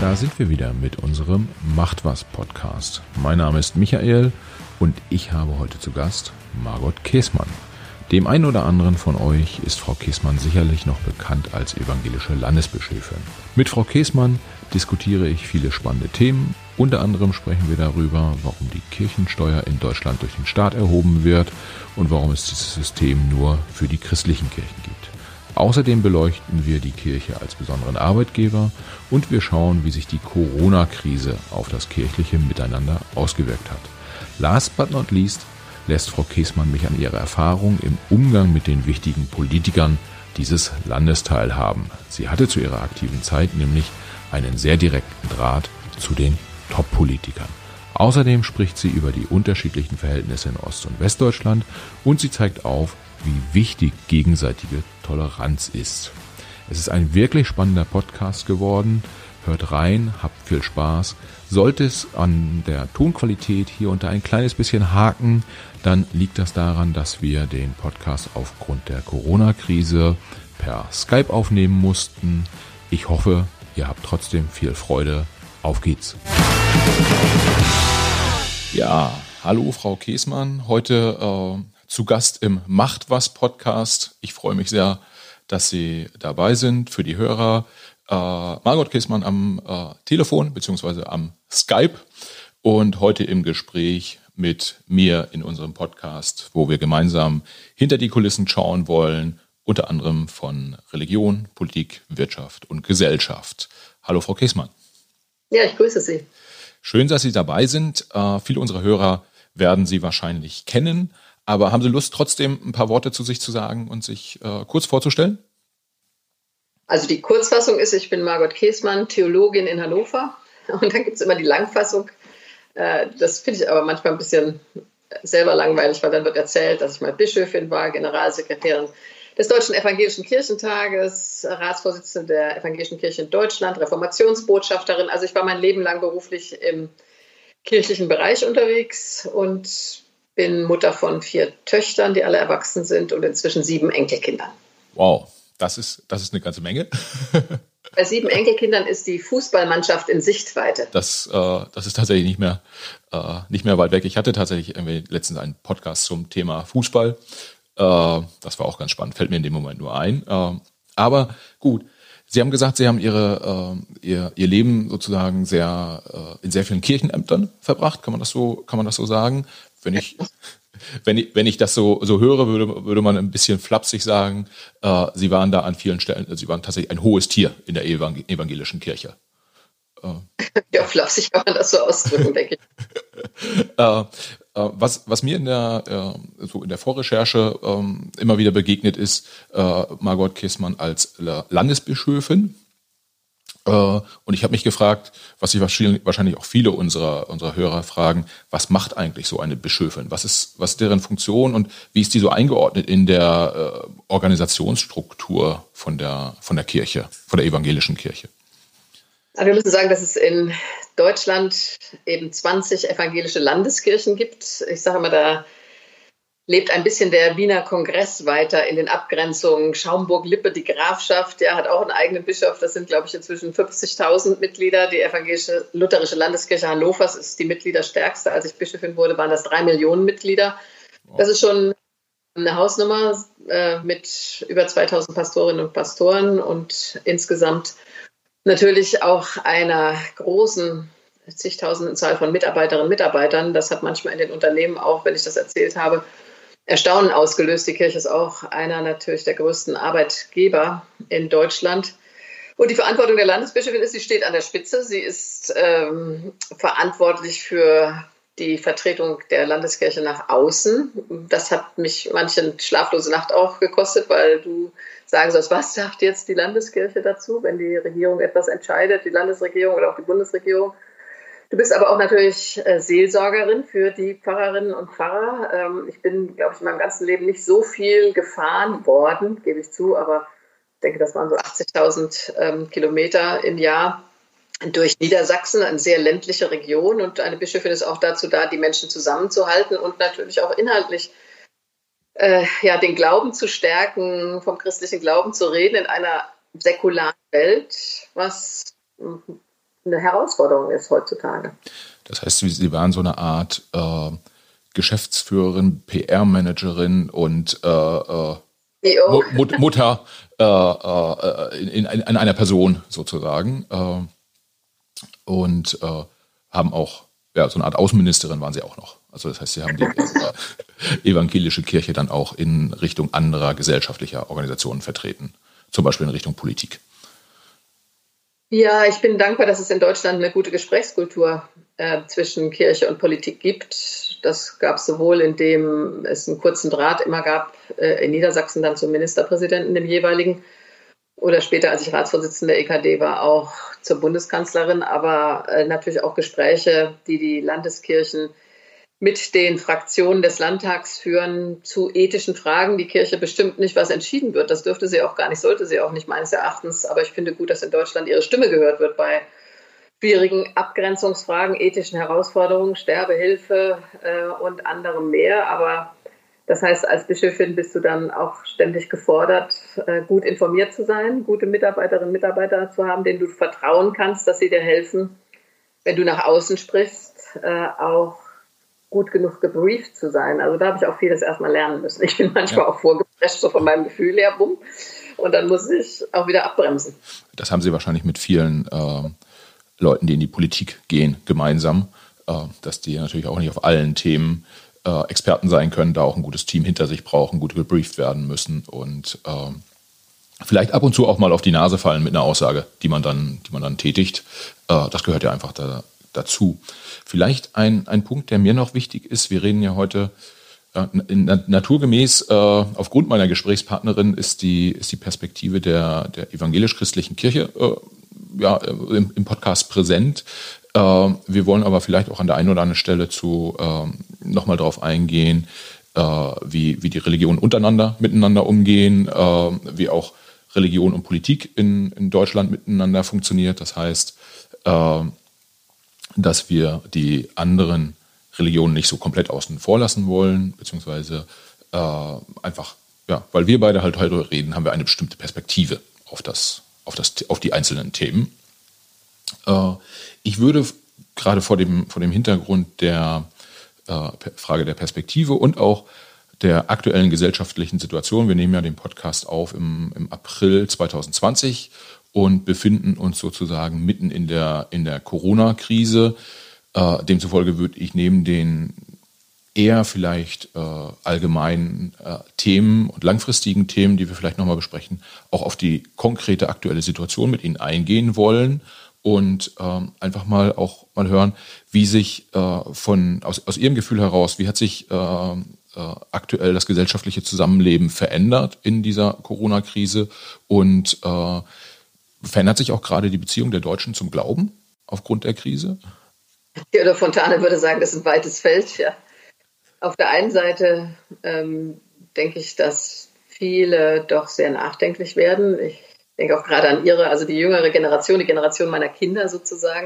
Da sind wir wieder mit unserem Macht was Podcast. Mein Name ist Michael und ich habe heute zu Gast Margot Käßmann. Dem einen oder anderen von euch ist Frau Käßmann sicherlich noch bekannt als evangelische Landesbischöfin. Mit Frau Käßmann diskutiere ich viele spannende Themen. Unter anderem sprechen wir darüber, warum die Kirchensteuer in Deutschland durch den Staat erhoben wird und warum es dieses System nur für die christlichen Kirchen gibt. Außerdem beleuchten wir die Kirche als besonderen Arbeitgeber und wir schauen, wie sich die Corona-Krise auf das kirchliche Miteinander ausgewirkt hat. Last but not least lässt Frau Käßmann mich an ihrer Erfahrung im Umgang mit den wichtigen Politikern dieses Landes teilhaben. Sie hatte zu ihrer aktiven Zeit nämlich einen sehr direkten Draht zu den Top-Politikern. Außerdem spricht sie über die unterschiedlichen Verhältnisse in Ost- und Westdeutschland und sie zeigt auf, wie wichtig gegenseitige Toleranz ist. Es ist ein wirklich spannender Podcast geworden. Hört rein, habt viel Spaß. Sollte es an der Tonqualität hier unter ein kleines bisschen haken, dann liegt das daran, dass wir den Podcast aufgrund der Corona-Krise per Skype aufnehmen mussten. Ich hoffe, ihr habt trotzdem viel Freude. Auf geht's. Ja, hallo Frau Käßmann. Heute zu Gast im Macht was Podcast. Ich freue mich sehr, dass Sie dabei sind. Für die Hörer Margot Käßmann am Telefon bzw. am Skype und heute im Gespräch mit mir in unserem Podcast, wo wir gemeinsam hinter die Kulissen schauen wollen, unter anderem von Religion, Politik, Wirtschaft und Gesellschaft. Hallo Frau Käßmann. Ja, ich grüße Sie. Schön, dass Sie dabei sind. Viele unserer Hörer werden Sie wahrscheinlich kennen. Aber haben Sie Lust, trotzdem ein paar Worte zu sich zu sagen und sich kurz vorzustellen? Also die Kurzfassung ist, ich bin Margot Käßmann, Theologin in Hannover. Und dann gibt es immer die Langfassung. Das finde ich aber manchmal ein bisschen selber langweilig, weil dann wird erzählt, dass ich mal Bischöfin war, Generalsekretärin des Deutschen Evangelischen Kirchentages, Ratsvorsitzende der Evangelischen Kirche in Deutschland, Reformationsbotschafterin. Also ich war mein Leben lang beruflich im kirchlichen Bereich unterwegs und bin Mutter von 4 Töchtern, die alle erwachsen sind und inzwischen 7 Enkelkindern. Wow, das ist eine ganze Menge. Bei 7 Enkelkindern ist die Fußballmannschaft in Sichtweite. Das ist tatsächlich nicht mehr weit weg. Ich hatte tatsächlich letztens einen Podcast zum Thema Fußball. Das war auch ganz spannend, fällt mir in dem Moment nur ein. Aber gut, Sie haben gesagt, Sie haben Ihr Leben sozusagen in sehr vielen Kirchenämtern verbracht. Kann man das so sagen? Wenn ich das so höre, würde man ein bisschen flapsig sagen, Sie waren da an vielen Stellen, Sie waren tatsächlich ein hohes Tier in der evangelischen Kirche. Ja, flapsig kann man das so ausdrücken, denke ich. Was mir in der Vorrecherche immer wieder begegnet ist, Margot Käßmann als Landesbischöfin. Und ich habe mich gefragt, was sich wahrscheinlich auch viele unserer Hörer fragen, was macht eigentlich so eine Bischöfin? Was ist deren Funktion und wie ist die so eingeordnet in der Organisationsstruktur von der Kirche, von der evangelischen Kirche? Aber wir müssen sagen, dass es in Deutschland eben 20 evangelische Landeskirchen gibt. Ich sage mal, da lebt ein bisschen der Wiener Kongress weiter in den Abgrenzungen. Schaumburg-Lippe, die Grafschaft, hat auch einen eigenen Bischof. Das sind, glaube ich, inzwischen 50.000 Mitglieder. Die evangelische lutherische Landeskirche Hannovers ist die Mitgliederstärkste. Als ich Bischöfin wurde, waren das 3 Millionen Mitglieder. Das ist schon eine Hausnummer mit über 2.000 Pastorinnen und Pastoren und insgesamt natürlich auch einer großen, zigtausenden Zahl von Mitarbeiterinnen und Mitarbeitern. Das hat manchmal in den Unternehmen auch, wenn ich das erzählt habe, Erstaunen ausgelöst. Die Kirche ist auch einer natürlich der größten Arbeitgeber in Deutschland. Und die Verantwortung der Landesbischöfin ist, sie steht an der Spitze. Sie ist verantwortlich für die Vertretung der Landeskirche nach außen. Das hat mich manche schlaflose Nacht auch gekostet, weil du sagen sollst, was sagt jetzt die Landeskirche dazu, wenn die Regierung etwas entscheidet, die Landesregierung oder auch die Bundesregierung. Du bist aber auch natürlich Seelsorgerin für die Pfarrerinnen und Pfarrer. Ich bin, glaube ich, in meinem ganzen Leben nicht so viel gefahren worden, gebe ich zu, aber ich denke, das waren so 80.000 Kilometer im Jahr durch Niedersachsen, eine sehr ländliche Region. Und eine Bischöfin ist auch dazu da, die Menschen zusammenzuhalten und natürlich auch inhaltlich den Glauben zu stärken, vom christlichen Glauben zu reden in einer säkularen Welt, was eine Herausforderung ist heutzutage. Das heißt, Sie waren so eine Art Geschäftsführerin, PR-Managerin und Mutter in einer Person sozusagen und haben auch, ja, so eine Art Außenministerin waren Sie auch noch. Also das heißt, Sie haben die evangelische Kirche dann auch in Richtung anderer gesellschaftlicher Organisationen vertreten, zum Beispiel in Richtung Politik. Ja, ich bin dankbar, dass es in Deutschland eine gute Gesprächskultur zwischen Kirche und Politik gibt. Das gab es sowohl, indem es einen kurzen Draht immer gab, in Niedersachsen dann zum Ministerpräsidenten, dem jeweiligen, oder später, als ich Ratsvorsitzende der EKD war, auch zur Bundeskanzlerin, aber natürlich auch Gespräche, die die Landeskirchen mit den Fraktionen des Landtags führen zu ethischen Fragen. Die Kirche bestimmt nicht, was entschieden wird. Das dürfte sie auch gar nicht, sollte sie auch nicht meines Erachtens. Aber ich finde gut, dass in Deutschland ihre Stimme gehört wird bei schwierigen Abgrenzungsfragen, ethischen Herausforderungen, Sterbehilfe und anderem mehr. Aber das heißt, als Bischöfin bist du dann auch ständig gefordert, gut informiert zu sein, gute Mitarbeiterinnen und Mitarbeiter zu haben, denen du vertrauen kannst, dass sie dir helfen, wenn du nach außen sprichst, auch gut genug gebrieft zu sein. Also da habe ich auch vieles erstmal lernen müssen. Ich bin manchmal auch vorgeprescht, so von meinem Gefühl her, bumm. Und dann muss ich auch wieder abbremsen. Das haben Sie wahrscheinlich mit vielen Leuten, die in die Politik gehen, gemeinsam, dass die natürlich auch nicht auf allen Themen Experten sein können, da auch ein gutes Team hinter sich brauchen, gut gebrieft werden müssen und vielleicht ab und zu auch mal auf die Nase fallen mit einer Aussage, die man dann tätigt. Das gehört ja einfach dazu. Vielleicht ein Punkt, der mir noch wichtig ist, wir reden ja heute naturgemäß, aufgrund meiner Gesprächspartnerin ist die Perspektive der evangelisch-christlichen Kirche im Podcast präsent. Wir wollen aber vielleicht auch an der einen oder anderen Stelle nochmal drauf eingehen, wie die Religionen miteinander umgehen, wie auch Religion und Politik in Deutschland miteinander funktioniert. Das heißt, dass wir die anderen Religionen nicht so komplett außen vor lassen wollen, beziehungsweise einfach, ja, weil wir beide halt heute reden, haben wir eine bestimmte Perspektive auf die einzelnen Themen. Ich würde gerade vor dem Hintergrund der Frage der Perspektive und auch der aktuellen gesellschaftlichen Situation, wir nehmen ja den Podcast auf im April 2020 und befinden uns sozusagen mitten in der Corona-Krise. Demzufolge würde ich neben den eher vielleicht allgemeinen Themen und langfristigen Themen, die wir vielleicht nochmal besprechen, auch auf die konkrete aktuelle Situation mit Ihnen eingehen wollen und einfach mal hören, wie sich aus Ihrem Gefühl heraus, wie hat sich aktuell das gesellschaftliche Zusammenleben verändert in dieser Corona-Krise und verändert sich auch gerade die Beziehung der Deutschen zum Glauben aufgrund der Krise? Theodor Fontane würde sagen, das ist ein weites Feld. Ja. Auf der einen Seite denke ich, dass viele doch sehr nachdenklich werden. Ich denke auch gerade an die jüngere Generation, die Generation meiner Kinder sozusagen,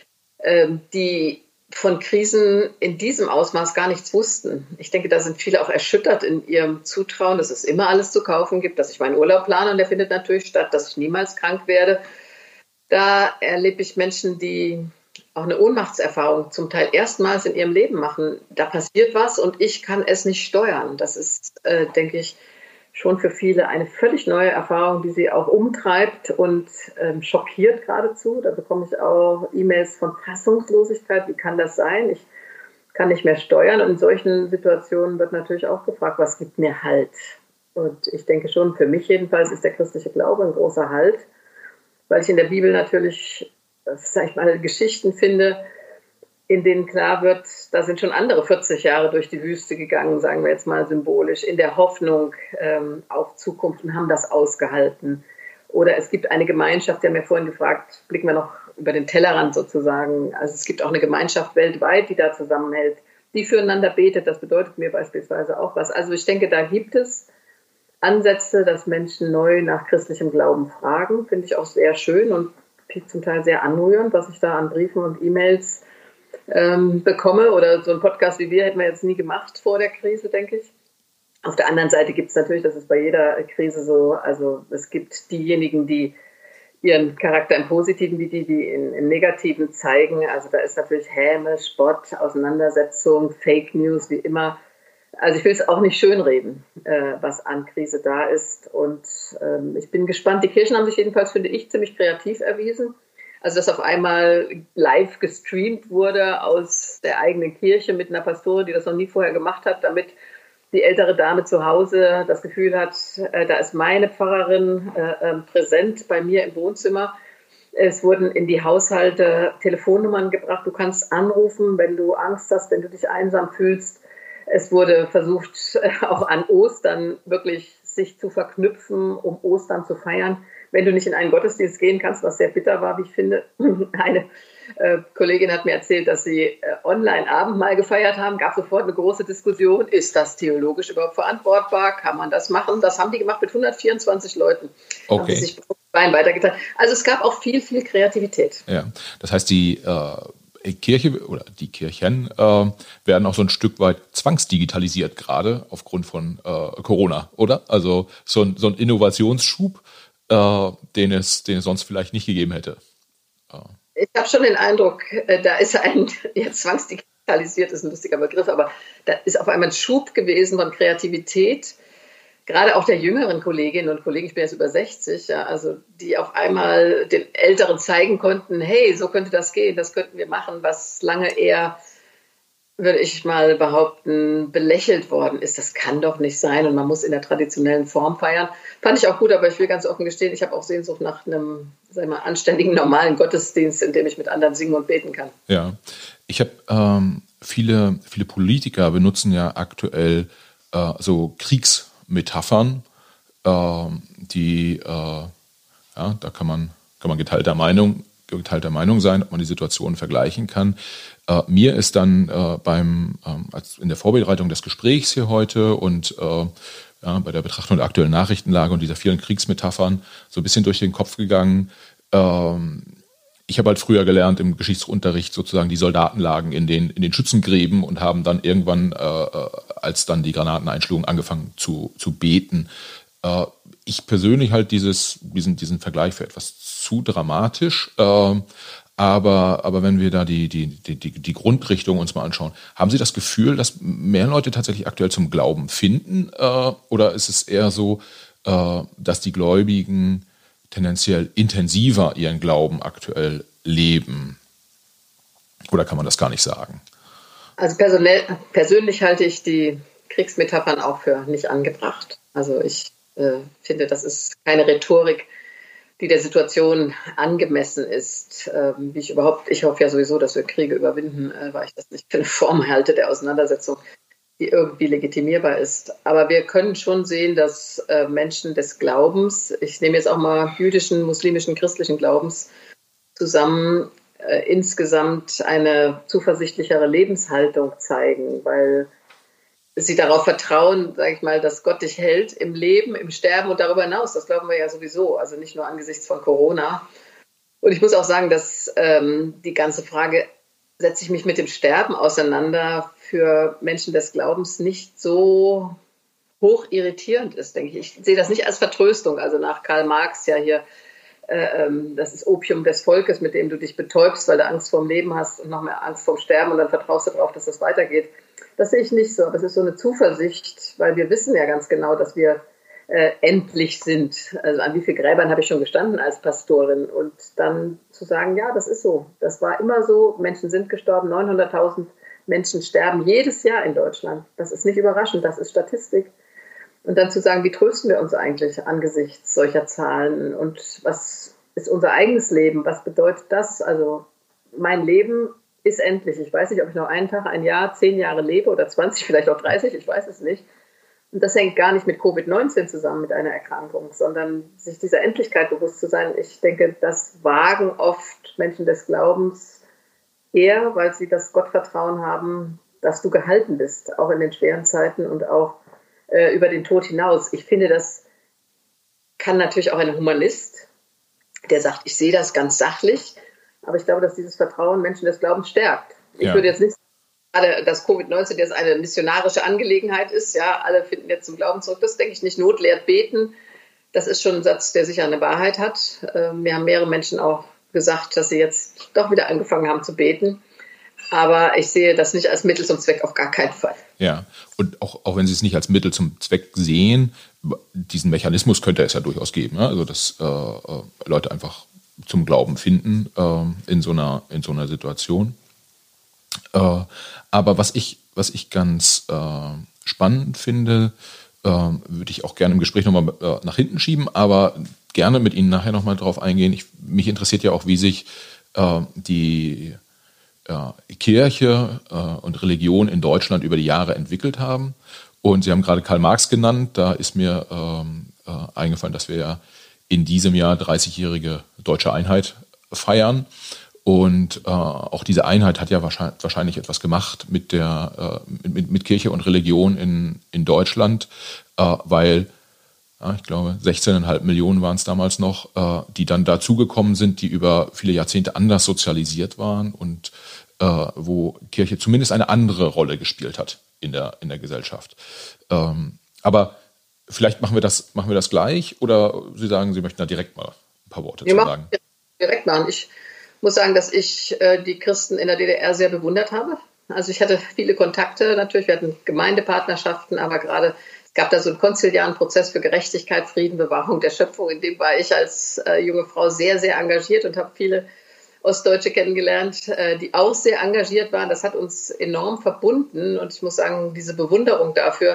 die von Krisen in diesem Ausmaß gar nichts wussten. Ich denke, da sind viele auch erschüttert in ihrem Zutrauen, dass es immer alles zu kaufen gibt, dass ich meinen Urlaub plane und der findet natürlich statt, dass ich niemals krank werde. Da erlebe ich Menschen, die auch eine Ohnmachtserfahrung zum Teil erstmals in ihrem Leben machen. Da passiert was und ich kann es nicht steuern. Das ist, denke ich, schon für viele eine völlig neue Erfahrung, die sie auch umtreibt und schockiert geradezu. Da bekomme ich auch E-Mails von Fassungslosigkeit. Wie kann das sein? Ich kann nicht mehr steuern. Und in solchen Situationen wird natürlich auch gefragt, was gibt mir Halt? Und ich denke schon, für mich jedenfalls ist der christliche Glaube ein großer Halt, weil ich in der Bibel natürlich, sag ich mal, Geschichten finde, in denen klar wird, da sind schon andere 40 Jahre durch die Wüste gegangen, sagen wir jetzt mal symbolisch, in der Hoffnung auf Zukunft und haben das ausgehalten. Oder es gibt eine Gemeinschaft, der mir vorhin gefragt, blicken wir noch über den Tellerrand sozusagen. Also es gibt auch eine Gemeinschaft weltweit, die da zusammenhält, die füreinander betet. Das bedeutet mir beispielsweise auch was. Also ich denke, da gibt es Ansätze, dass Menschen neu nach christlichem Glauben fragen. Finde ich auch sehr schön und zum Teil sehr anrührend, was ich da an Briefen und E-Mails bekomme. Oder so ein Podcast wie wir hätten wir jetzt nie gemacht vor der Krise, denke ich. Auf der anderen Seite gibt es natürlich, das ist bei jeder Krise so, also es gibt diejenigen, die ihren Charakter im Positiven wie die im Negativen zeigen. Also da ist natürlich Häme, Spott, Auseinandersetzung, Fake News, wie immer. Also ich will es auch nicht schönreden, was an Krise da ist. Und ich bin gespannt. Die Kirchen haben sich jedenfalls, finde ich, ziemlich kreativ erwiesen. Also dass auf einmal live gestreamt wurde aus der eigenen Kirche mit einer Pastorin, die das noch nie vorher gemacht hat, damit die ältere Dame zu Hause das Gefühl hat, da ist meine Pfarrerin präsent bei mir im Wohnzimmer. Es wurden in die Haushalte Telefonnummern gebracht. Du kannst anrufen, wenn du Angst hast, wenn du dich einsam fühlst. Es wurde versucht, auch an Ostern wirklich sich zu verknüpfen, um Ostern zu feiern. Wenn du nicht in einen Gottesdienst gehen kannst, was sehr bitter war, wie ich finde. Eine Kollegin hat mir erzählt, dass sie online Abendmahl gefeiert haben. Gab sofort eine große Diskussion. Ist das theologisch überhaupt verantwortbar? Kann man das machen? Das haben die gemacht mit 124 Leuten. Okay. Haben sie sich weitergeteilt. Also es gab auch viel, viel Kreativität. Ja, das heißt, die Kirche oder die Kirchen werden auch so ein Stück weit zwangsdigitalisiert, gerade aufgrund von Corona, oder? Also so ein Innovationsschub, den es sonst vielleicht nicht gegeben hätte. Ich habe schon den Eindruck, da ist jetzt zwangsdigitalisiert ist ein lustiger Begriff, aber da ist auf einmal ein Schub gewesen von Kreativität, gerade auch der jüngeren Kolleginnen und Kollegen, ich bin jetzt über 60, ja, also die auf einmal den Älteren zeigen konnten, hey, so könnte das gehen, das könnten wir machen, was lange eher, würde ich mal behaupten, belächelt worden ist. Das kann doch nicht sein und man muss in der traditionellen Form feiern. Fand ich auch gut, aber ich will ganz offen gestehen, ich habe auch Sehnsucht nach einem, sagen wir mal, anständigen, normalen Gottesdienst, in dem ich mit anderen singen und beten kann. Ja, ich habe viele Politiker benutzen ja aktuell so Kriegsmetaphern, da kann man geteilter Meinung sein, ob man die Situation vergleichen kann. Mir ist dann in der Vorbereitung des Gesprächs hier heute und bei der Betrachtung der aktuellen Nachrichtenlage und dieser vielen Kriegsmetaphern so ein bisschen durch den Kopf gegangen. Ich habe halt früher gelernt im Geschichtsunterricht sozusagen, die Soldaten lagen in den Schützengräben und haben dann irgendwann, als dann die Granaten einschlugen, angefangen zu beten. Ich persönlich halte diesen Vergleich für etwas zu dramatisch. Aber wenn wir da die Grundrichtung uns mal anschauen, haben Sie das Gefühl, dass mehr Leute tatsächlich aktuell zum Glauben finden? Oder ist es eher so, dass die Gläubigen tendenziell intensiver ihren Glauben aktuell leben? Oder kann man das gar nicht sagen? Also persönlich halte ich die Kriegsmetaphern auch für nicht angebracht. Also ich finde, das ist keine Rhetorik, die der Situation angemessen ist. Ich hoffe ja sowieso, dass wir Kriege überwinden, weil ich das nicht für eine Form halte der Auseinandersetzung, die irgendwie legitimierbar ist. Aber wir können schon sehen, dass Menschen des Glaubens, ich nehme jetzt auch mal jüdischen, muslimischen, christlichen Glaubens zusammen, insgesamt eine zuversichtlichere Lebenshaltung zeigen, weil sie darauf vertrauen, sage ich mal, dass Gott dich hält im Leben, im Sterben und darüber hinaus. Das glauben wir ja sowieso, also nicht nur angesichts von Corona. Und ich muss auch sagen, dass die ganze Frage, setze ich mich mit dem Sterben auseinander, für Menschen des Glaubens nicht so hoch irritierend ist, denke ich. Ich sehe das nicht als Vertröstung, also nach Karl Marx ja hier, das ist Opium des Volkes, mit dem du dich betäubst, weil du Angst vorm Leben hast und noch mehr Angst vorm Sterben und dann vertraust du darauf, dass das weitergeht. Das sehe ich nicht so, aber es ist so eine Zuversicht, weil wir wissen ja ganz genau, dass wir endlich sind. Also an wie vielen Gräbern habe ich schon gestanden als Pastorin und dann zu sagen, ja, das ist so. Das war immer so, Menschen sind gestorben, 900.000 Menschen sterben jedes Jahr in Deutschland. Das ist nicht überraschend, das ist Statistik. Und dann zu sagen, wie trösten wir uns eigentlich angesichts solcher Zahlen und was ist unser eigenes Leben, was bedeutet das? Also mein Leben ist endlich. Ich weiß nicht, ob ich noch einen Tag, ein Jahr, 10 Jahre lebe oder 20, vielleicht auch 30, ich weiß es nicht. Und das hängt gar nicht mit Covid-19 zusammen, mit einer Erkrankung, sondern sich dieser Endlichkeit bewusst zu sein. Ich denke, das wagen oft Menschen des Glaubens eher, weil sie das Gottvertrauen haben, dass du gehalten bist, auch in den schweren Zeiten und auch über den Tod hinaus. Ich finde, das kann natürlich auch ein Humanist, der sagt, ich sehe das ganz sachlich, aber ich glaube, dass dieses Vertrauen Menschen des Glaubens stärkt. Ich würde jetzt nicht sagen, dass Covid-19 jetzt eine missionarische Angelegenheit ist. Ja, alle finden jetzt zum Glauben zurück. Das denke ich nicht. Not lehrt beten. Das ist schon ein Satz, der sicher eine Wahrheit hat. Mir haben mehrere Menschen auch gesagt, dass sie jetzt doch wieder angefangen haben zu beten. Aber ich sehe das nicht als Mittel zum Zweck, auf gar keinen Fall. Ja, und auch wenn Sie es nicht als Mittel zum Zweck sehen, diesen Mechanismus könnte es ja durchaus geben. Ne? Also dass Leute einfach zum Glauben finden in so einer Situation. Aber was ich ganz spannend finde, würde ich auch gerne im Gespräch nochmal nach hinten schieben, aber gerne mit Ihnen nachher nochmal drauf eingehen. Mich interessiert ja auch, wie sich die Kirche und Religion in Deutschland über die Jahre entwickelt haben. Und Sie haben gerade Karl Marx genannt. Da ist mir eingefallen, dass wir ja in diesem Jahr 30-jährige deutsche Einheit feiern. Und auch diese Einheit hat ja wahrscheinlich etwas gemacht mit mit Kirche und Religion in Deutschland, weil ich glaube 16,5 Millionen waren es damals noch, die dann dazugekommen sind, die über viele Jahrzehnte anders sozialisiert waren und wo Kirche zumindest eine andere Rolle gespielt hat in der Gesellschaft. Aber vielleicht machen wir das gleich, oder Sie sagen, Sie möchten da direkt mal ein paar Worte zu sagen. Direkt machen. Ich muss sagen, dass ich die Christen in der DDR sehr bewundert habe. Also ich hatte viele Kontakte natürlich, wir hatten Gemeindepartnerschaften, aber gerade es gab da so einen konziliaren Prozess für Gerechtigkeit, Frieden, Bewahrung der Schöpfung. In dem war ich als junge Frau sehr, sehr engagiert und habe viele Ostdeutsche kennengelernt, die auch sehr engagiert waren. Das hat uns enorm verbunden und ich muss sagen, diese Bewunderung dafür,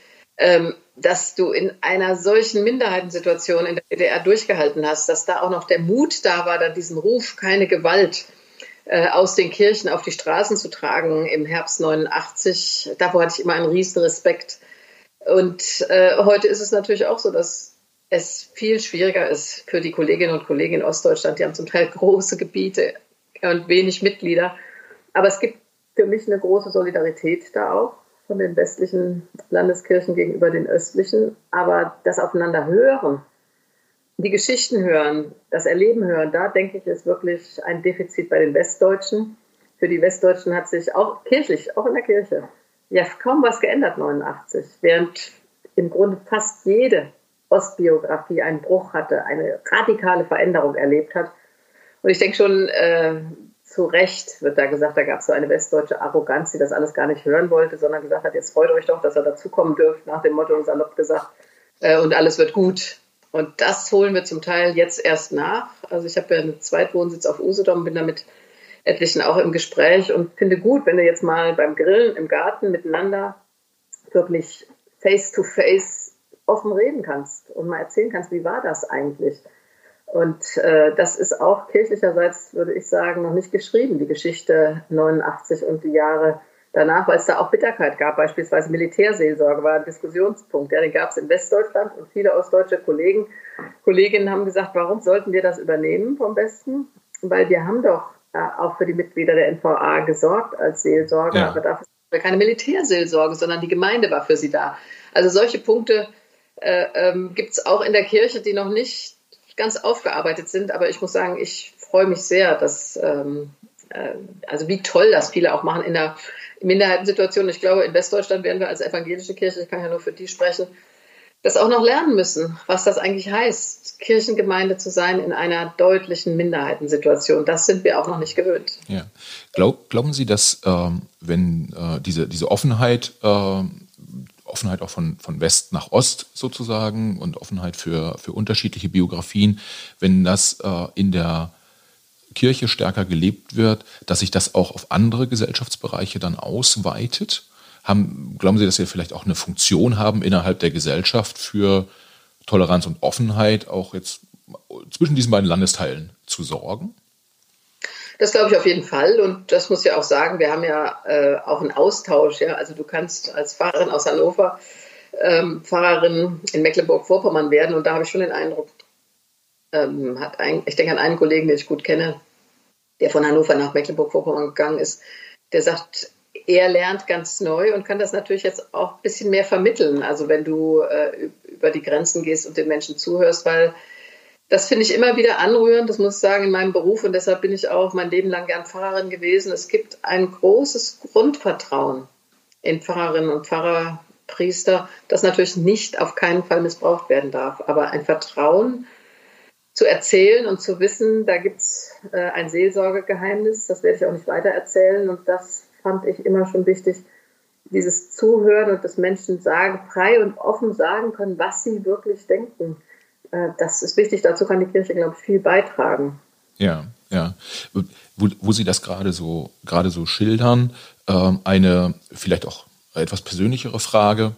dass du in einer solchen Minderheitensituation in der DDR durchgehalten hast, dass da auch noch der Mut da war, dann diesen Ruf, keine Gewalt aus den Kirchen auf die Straßen zu tragen im Herbst 89. Davor hatte ich immer einen riesen Respekt. Und heute ist es natürlich auch so, dass es viel schwieriger ist für die Kolleginnen und Kollegen in Ostdeutschland. Die haben zum Teil große Gebiete und wenig Mitglieder. Aber es gibt für mich eine große Solidarität da auch von den westlichen Landeskirchen gegenüber den östlichen. Aber das Aufeinander hören, die Geschichten hören, das Erleben hören, da denke ich, ist wirklich ein Defizit bei den Westdeutschen. Für die Westdeutschen hat sich auch kirchlich, auch in der Kirche, ja kaum was geändert 89, während im Grunde fast jede Ostbiografie einen Bruch hatte, eine radikale Veränderung erlebt hat. Und ich denke schon, zu Recht wird da gesagt, da gab es so eine westdeutsche Arroganz, die das alles gar nicht hören wollte, sondern gesagt hat, jetzt freut euch doch, dass ihr dazukommen dürft, nach dem Motto salopp gesagt, und alles wird gut. Und das holen wir zum Teil jetzt erst nach. Also ich habe ja einen Zweitwohnsitz auf Usedom, bin da mit etlichen auch im Gespräch und finde gut, wenn du jetzt mal beim Grillen im Garten miteinander wirklich face to face offen reden kannst und mal erzählen kannst, wie war das eigentlich? Und das ist auch kirchlicherseits, würde ich sagen, noch nicht geschrieben, die Geschichte 89 und die Jahre danach, weil es da auch Bitterkeit gab. Beispielsweise Militärseelsorge war ein Diskussionspunkt. Ja, den gab es in Westdeutschland und viele ostdeutsche Kolleginnen haben gesagt, warum sollten wir das übernehmen vom Westen? Weil wir haben doch auch für die Mitglieder der NVA gesorgt als Seelsorger, ja. Aber dafür haben wir keine Militärseelsorge, sondern die Gemeinde war für sie da. Also solche Punkte gibt es auch in der Kirche, die noch nicht ganz aufgearbeitet sind. Aber ich muss sagen, ich freue mich sehr, dass, also wie toll das viele auch machen in der Minderheitensituation. Ich glaube, in Westdeutschland werden wir als evangelische Kirche, ich kann ja nur für die sprechen, das auch noch lernen müssen, was das eigentlich heißt, Kirchengemeinde zu sein in einer deutlichen Minderheitensituation. Das sind wir auch noch nicht gewöhnt. Ja. Glauben Sie, dass wenn diese Offenheit auch von West nach Ost sozusagen und Offenheit für unterschiedliche Biografien, wenn das in der Kirche stärker gelebt wird, dass sich das auch auf andere Gesellschaftsbereiche dann ausweitet? Glauben Sie, dass Sie vielleicht auch eine Funktion haben innerhalb der Gesellschaft für Toleranz und Offenheit, auch jetzt zwischen diesen beiden Landesteilen zu sorgen? Das glaube ich auf jeden Fall. Und das muss ich auch sagen, wir haben ja auch einen Austausch. Ja? Also du kannst als Pfarrerin aus Hannover Pfarrerin in Mecklenburg-Vorpommern werden. Und da habe ich schon den Eindruck, ich denke an einen Kollegen, den ich gut kenne, der von Hannover nach Mecklenburg-Vorpommern gegangen ist, der sagt, er lernt ganz neu und kann das natürlich jetzt auch ein bisschen mehr vermitteln. Also wenn du über die Grenzen gehst und den Menschen zuhörst, weil das finde ich immer wieder anrührend, das muss ich sagen, in meinem Beruf, und deshalb bin ich auch mein Leben lang gern Pfarrerin gewesen. Es gibt ein großes Grundvertrauen in Pfarrerinnen und Pfarrer Priester, das natürlich nicht auf keinen Fall missbraucht werden darf. Aber ein Vertrauen zu erzählen und zu wissen, da gibt es ein Seelsorgegeheimnis, das werde ich auch nicht weiter erzählen. Und das fand ich immer schon wichtig, dieses Zuhören und das Menschen frei und offen sagen können, was sie wirklich denken. Das ist wichtig, dazu kann die Kirche, glaube ich, viel beitragen. Ja, ja. Wo Sie das gerade so schildern, eine vielleicht auch etwas persönlichere Frage,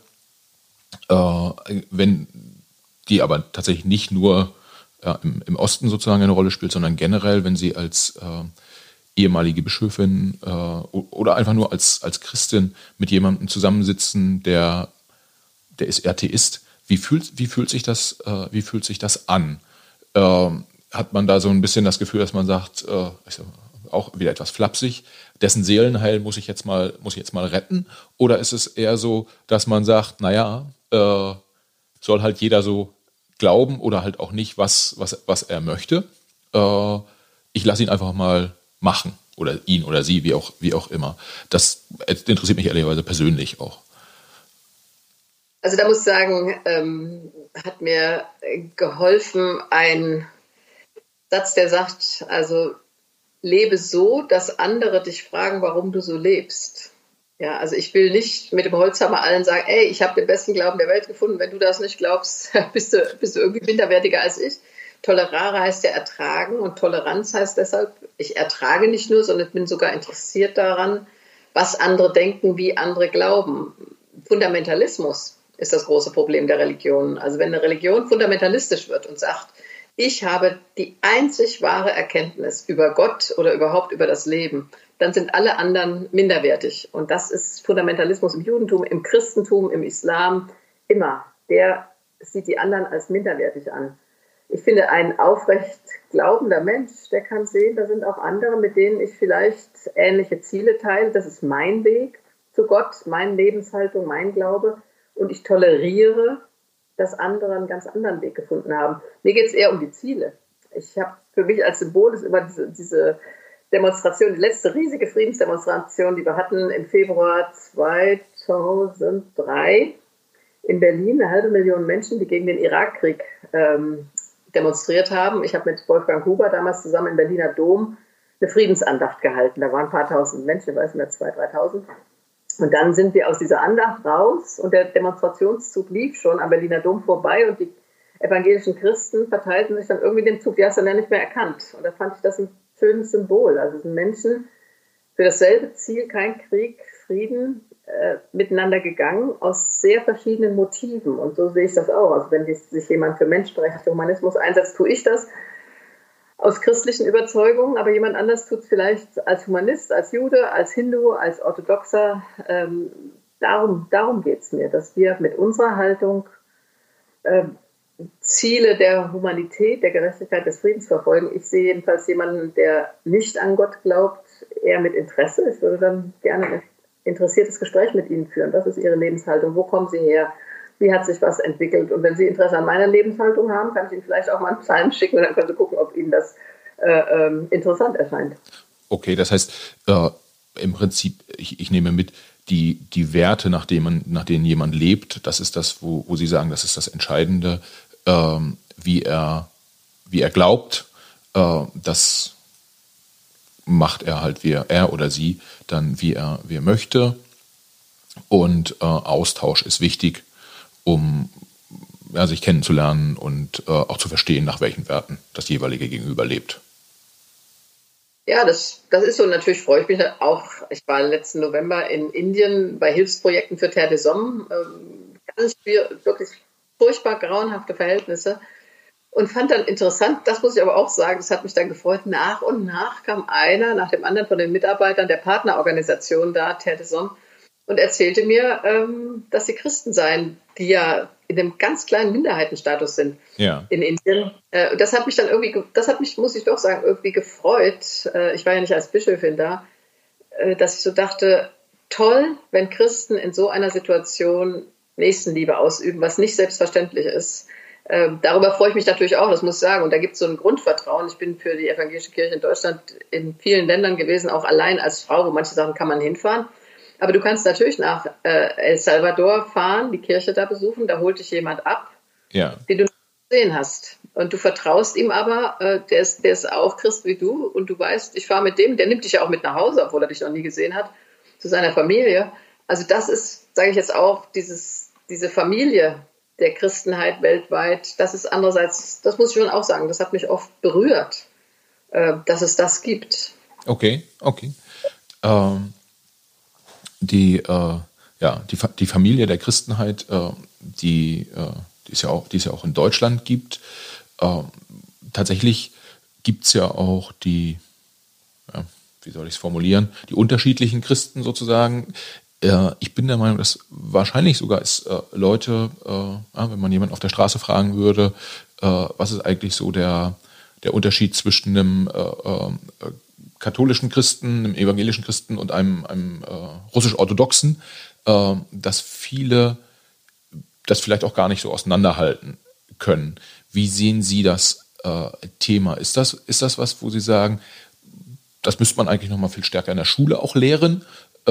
wenn die aber tatsächlich nicht nur im Osten sozusagen eine Rolle spielt, sondern generell, wenn Sie als ehemalige Bischöfin oder einfach nur als Christin mit jemandem zusammensitzen, der ist Atheist. Wie fühlt sich das an? Hat man da so ein bisschen das Gefühl, dass man sagt, auch wieder etwas flapsig, dessen Seelenheil muss ich jetzt mal retten? Oder ist es eher so, dass man sagt, naja, soll halt jeder so glauben oder halt auch nicht, was er möchte? Ich lasse ihn einfach mal machen. Oder ihn oder sie, wie auch immer. Das interessiert mich ehrlicherweise persönlich auch. Also da muss ich sagen, hat mir geholfen ein Satz, der sagt, also lebe so, dass andere dich fragen, warum du so lebst. Ja, also ich will nicht mit dem Holzhammer allen sagen, ey, ich habe den besten Glauben der Welt gefunden, wenn du das nicht glaubst, bist du irgendwie minderwertiger als ich. Tolerare heißt ja ertragen und Toleranz heißt deshalb, ich ertrage nicht nur, sondern bin sogar interessiert daran, was andere denken, wie andere glauben. Fundamentalismus ist das große Problem der Religion. Also wenn eine Religion fundamentalistisch wird und sagt, ich habe die einzig wahre Erkenntnis über Gott oder überhaupt über das Leben, dann sind alle anderen minderwertig. Und das ist Fundamentalismus im Judentum, im Christentum, im Islam immer. Der sieht die anderen als minderwertig an. Ich finde, ein aufrecht glaubender Mensch, der kann sehen, da sind auch andere, mit denen ich vielleicht ähnliche Ziele teile. Das ist mein Weg zu Gott, meine Lebenshaltung, mein Glaube. Und ich toleriere, dass andere einen ganz anderen Weg gefunden haben. Mir geht es eher um die Ziele. Ich habe für mich als Symbol ist immer diese Demonstration, die letzte riesige Friedensdemonstration, die wir hatten im Februar 2003 in Berlin, 500.000 Menschen, die gegen den Irakkrieg demonstriert haben. Ich habe mit Wolfgang Huber damals zusammen im Berliner Dom eine Friedensandacht gehalten. Da waren ein paar tausend Menschen, ich weiß nicht mehr, 2.000, 3.000. Und dann sind wir aus dieser Andacht raus und der Demonstrationszug lief schon am Berliner Dom vorbei und die evangelischen Christen verteilten sich dann irgendwie den Zug. Die hast du dann nicht mehr erkannt. Und da fand ich das ein schönes Symbol. Also es sind Menschen für dasselbe Ziel, kein Krieg, Frieden, miteinander gegangen, aus sehr verschiedenen Motiven. Und so sehe ich das auch. Also wenn sich jemand für menschenrechtlichen Humanismus einsetzt, tue ich das aus christlichen Überzeugungen, aber jemand anders tut es vielleicht als Humanist, als Jude, als Hindu, als Orthodoxer. Darum geht es mir, dass wir mit unserer Haltung Ziele der Humanität, der Gerechtigkeit, des Friedens verfolgen. Ich sehe jedenfalls jemanden, der nicht an Gott glaubt, eher mit Interesse. Ich würde dann gerne ein interessiertes Gespräch mit Ihnen führen. Was ist Ihre Lebenshaltung? Wo kommen Sie her? Wie hat sich was entwickelt? Und wenn Sie Interesse an meiner Lebenshaltung haben, kann ich Ihnen vielleicht auch mal einen Psalm schicken und dann können Sie gucken, ob Ihnen das interessant erscheint. Okay, das heißt, im Prinzip, ich nehme mit, die Werte, nach denen jemand lebt, das ist das, wo Sie sagen, das ist das Entscheidende, wie er glaubt, das macht er halt, er oder sie dann, wie er möchte. Und Austausch ist wichtig, um sich kennenzulernen und auch zu verstehen, nach welchen Werten das jeweilige Gegenüber lebt. Ja, das ist so. Natürlich freue ich mich auch. Ich war letzten November in Indien bei Hilfsprojekten für Terre des Hommes. Ganz wirklich furchtbar grauenhafte Verhältnisse. Und fand dann interessant, das muss ich aber auch sagen, das hat mich dann gefreut, nach und nach kam einer nach dem anderen von den Mitarbeitern der Partnerorganisation da, Terre des Hommes, und erzählte mir, dass sie Christen seien, die ja in einem ganz kleinen Minderheitenstatus sind in Indien. Das hat mich dann muss ich doch sagen, irgendwie gefreut. Ich war ja nicht als Bischöfin da, dass ich so dachte, toll, wenn Christen in so einer Situation Nächstenliebe ausüben, was nicht selbstverständlich ist. Darüber freue ich mich natürlich auch, das muss ich sagen. Und da gibt es so ein Grundvertrauen. Ich bin für die evangelische Kirche in Deutschland in vielen Ländern gewesen, auch allein als Frau, wo manche Sachen kann man hinfahren. Aber du kannst natürlich nach El Salvador fahren, die Kirche da besuchen, da holt dich jemand ab, den du noch gesehen hast. Und du vertraust ihm aber, der ist auch Christ wie du und du weißt, ich fahre mit dem, der nimmt dich ja auch mit nach Hause, obwohl er dich noch nie gesehen hat, zu seiner Familie. Also das ist, sage ich jetzt auch, diese Familie der Christenheit weltweit, das ist andererseits, das muss ich schon auch sagen, das hat mich oft berührt, dass es das gibt. Okay. Die Familie der Christenheit, die es ja auch in Deutschland gibt. Tatsächlich gibt es ja auch die, wie soll ich es formulieren, die unterschiedlichen Christen sozusagen. Ich bin der Meinung, dass wahrscheinlich sogar es Leute, wenn man jemanden auf der Straße fragen würde, was ist eigentlich so der Unterschied zwischen einem katholischen Christen, einem evangelischen Christen und einem russisch-orthodoxen, dass viele das vielleicht auch gar nicht so auseinanderhalten können. Wie sehen Sie das Thema? Ist das was, wo Sie sagen, das müsste man eigentlich noch mal viel stärker in der Schule auch lehren?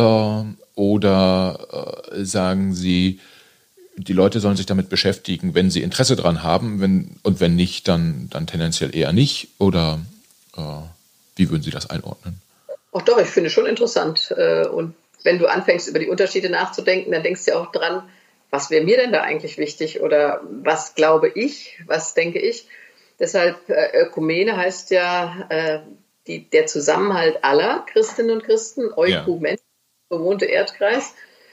Oder sagen Sie, die Leute sollen sich damit beschäftigen, wenn sie Interesse dran haben, wenn nicht, dann tendenziell eher nicht? Oder wie würden Sie das einordnen? Ach doch, ich finde es schon interessant. Und wenn du anfängst, über die Unterschiede nachzudenken, dann denkst du ja auch dran, was wäre mir denn da eigentlich wichtig oder was glaube ich, was denke ich. Deshalb Ökumene heißt ja der Zusammenhalt aller Christinnen und Christen, Ökumen, bewohnte Erdkreis.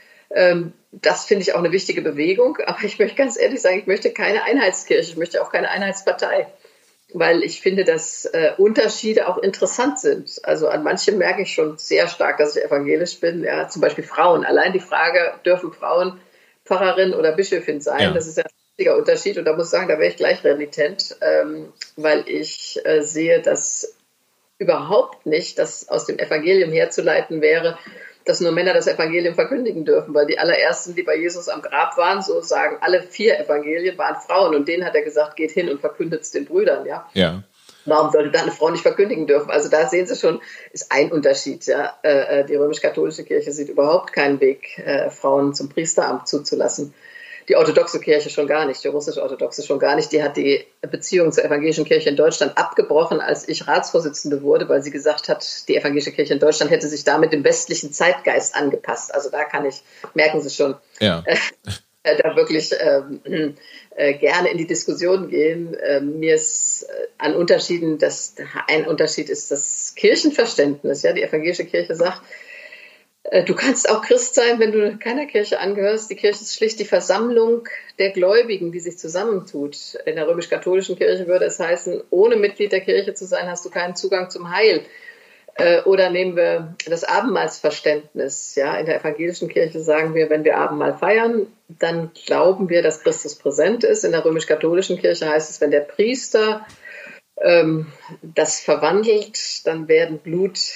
Das finde ich auch eine wichtige Bewegung. Aber ich möchte ganz ehrlich sagen, ich möchte keine Einheitskirche, ich möchte auch keine Einheitspartei. Weil ich finde, dass Unterschiede auch interessant sind. Also an manchen merke ich schon sehr stark, dass ich evangelisch bin. Ja, zum Beispiel Frauen. Allein die Frage, dürfen Frauen Pfarrerin oder Bischöfin sein? Ja. Das ist ja ein wichtiger Unterschied. Und da muss ich sagen, da wäre ich gleich renitent, weil ich sehe, dass überhaupt nicht, dass aus dem Evangelium herzuleiten wäre, dass nur Männer das Evangelium verkündigen dürfen, weil die allerersten, die bei Jesus am Grab waren, so sagen alle 4 Evangelien, waren Frauen und denen hat er gesagt, geht hin und verkündet es den Brüdern. Ja. Warum sollte da eine Frau nicht verkündigen dürfen? Also da sehen Sie schon, ist ein Unterschied. Ja. Die römisch-katholische Kirche sieht überhaupt keinen Weg, Frauen zum Priesteramt zuzulassen. Die orthodoxe Kirche schon gar nicht, die russisch-orthodoxe schon gar nicht. Die hat die Beziehung zur evangelischen Kirche in Deutschland abgebrochen, als ich Ratsvorsitzende wurde, weil sie gesagt hat, die evangelische Kirche in Deutschland hätte sich damit dem westlichen Zeitgeist angepasst. Also da merken Sie schon, da wirklich gerne in die Diskussion gehen. Mir ist an Unterschieden, ein Unterschied ist das Kirchenverständnis. Ja, die evangelische Kirche sagt, du kannst auch Christ sein, wenn du keiner Kirche angehörst. Die Kirche ist schlicht die Versammlung der Gläubigen, die sich zusammentut. In der römisch-katholischen Kirche würde es heißen, ohne Mitglied der Kirche zu sein, hast du keinen Zugang zum Heil. Oder nehmen wir das Abendmahlsverständnis. Ja, in der evangelischen Kirche sagen wir, wenn wir Abendmahl feiern, dann glauben wir, dass Christus präsent ist. In der römisch-katholischen Kirche heißt es, wenn der Priester das verwandelt, dann wird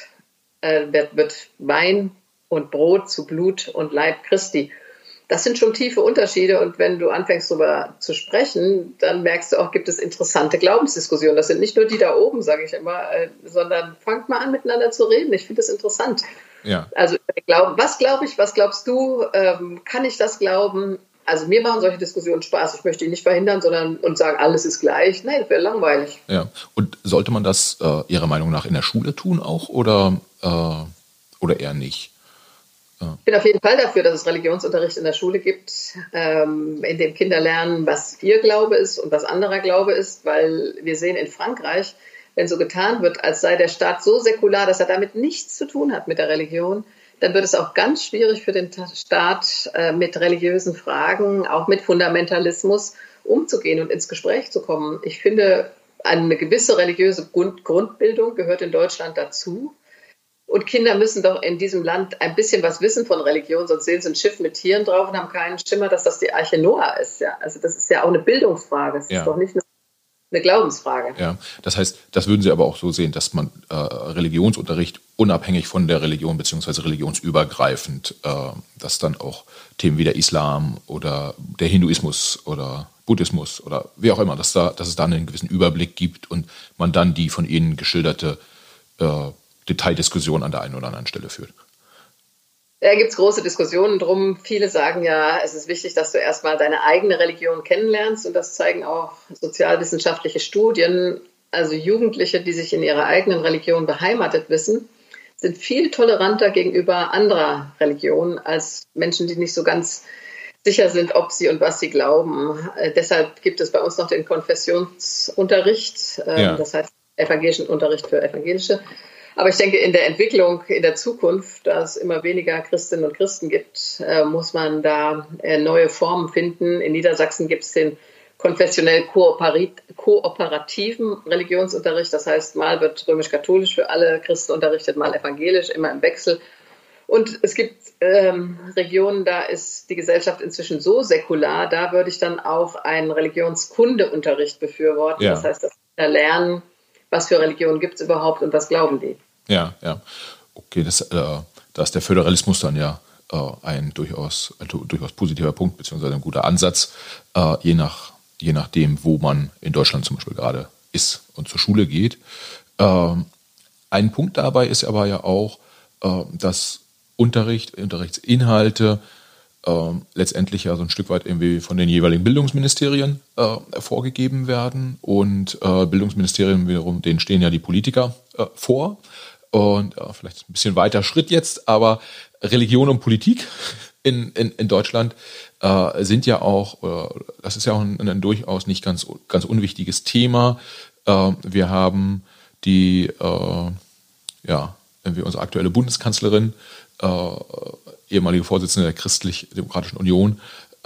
Wein und Brot zu Blut und Leib Christi. Das sind schon tiefe Unterschiede und wenn du anfängst darüber zu sprechen, dann merkst du auch, gibt es interessante Glaubensdiskussionen. Das sind nicht nur die da oben, sage ich immer, sondern fangt mal an, miteinander zu reden. Ich finde das interessant. Ja. Also was glaube ich, was glaubst du, kann ich das glauben? Also mir machen solche Diskussionen Spaß. Ich möchte die nicht verhindern, und sagen, alles ist gleich. Nein, das wäre langweilig. Ja. Und sollte man das Ihrer Meinung nach in der Schule tun auch oder eher nicht? Ich bin auf jeden Fall dafür, dass es Religionsunterricht in der Schule gibt, in dem Kinder lernen, was ihr Glaube ist und was anderer Glaube ist, weil wir sehen in Frankreich, wenn so getan wird, als sei der Staat so säkular, dass er damit nichts zu tun hat mit der Religion, dann wird es auch ganz schwierig für den Staat, mit religiösen Fragen, auch mit Fundamentalismus umzugehen und ins Gespräch zu kommen. Ich finde, eine gewisse religiöse Grundbildung gehört in Deutschland dazu. Und Kinder müssen doch in diesem Land ein bisschen was wissen von Religion, sonst sehen sie ein Schiff mit Tieren drauf und haben keinen Schimmer, dass das die Arche Noah ist. Ja? Also das ist ja auch eine Bildungsfrage, das ist doch nicht eine Glaubensfrage. Ja, das heißt, das würden Sie aber auch so sehen, dass man Religionsunterricht unabhängig von der Religion bzw. religionsübergreifend, dass dann auch Themen wie der Islam oder der Hinduismus oder Buddhismus oder wie auch immer, dass es da einen gewissen Überblick gibt und man dann die von Ihnen geschilderte Detaildiskussion an der einen oder anderen Stelle führt. Da gibt es große Diskussionen drum. Viele sagen ja, es ist wichtig, dass du erstmal deine eigene Religion kennenlernst. Und das zeigen auch sozialwissenschaftliche Studien. Also Jugendliche, die sich in ihrer eigenen Religion beheimatet wissen, sind viel toleranter gegenüber anderer Religionen als Menschen, die nicht so ganz sicher sind, ob sie und was sie glauben. Deshalb gibt es bei uns noch den Konfessionsunterricht, das heißt evangelischen Unterricht für Evangelische. Aber ich denke, in der Entwicklung, in der Zukunft, da es immer weniger Christinnen und Christen gibt, muss man da neue Formen finden. In Niedersachsen gibt es den konfessionell kooperativen Religionsunterricht. Das heißt, mal wird römisch-katholisch für alle Christen unterrichtet, mal evangelisch, immer im Wechsel. Und es gibt Regionen, da ist die Gesellschaft inzwischen so säkular, da würde ich dann auch einen Religionskundeunterricht befürworten. Ja. Das heißt, dass wir lernen, was für Religionen gibt es überhaupt und was glauben die. Ja. Okay, da ist der Föderalismus dann ja ein durchaus positiver Punkt, beziehungsweise ein guter Ansatz, je nachdem, wo man in Deutschland zum Beispiel gerade ist und zur Schule geht. Ein Punkt dabei ist aber ja auch, dass Unterrichtsinhalte letztendlich ja so ein Stück weit irgendwie von den jeweiligen Bildungsministerien vorgegeben werden. Und Bildungsministerien wiederum, denen stehen ja die Politiker vor. Und vielleicht ein bisschen weiter Schritt jetzt, aber Religion und Politik in Deutschland sind ja auch, das ist ja auch ein durchaus nicht ganz unwichtiges Thema. Wir haben die, irgendwie unsere aktuelle Bundeskanzlerin, ehemalige Vorsitzende der Christlich-Demokratischen Union,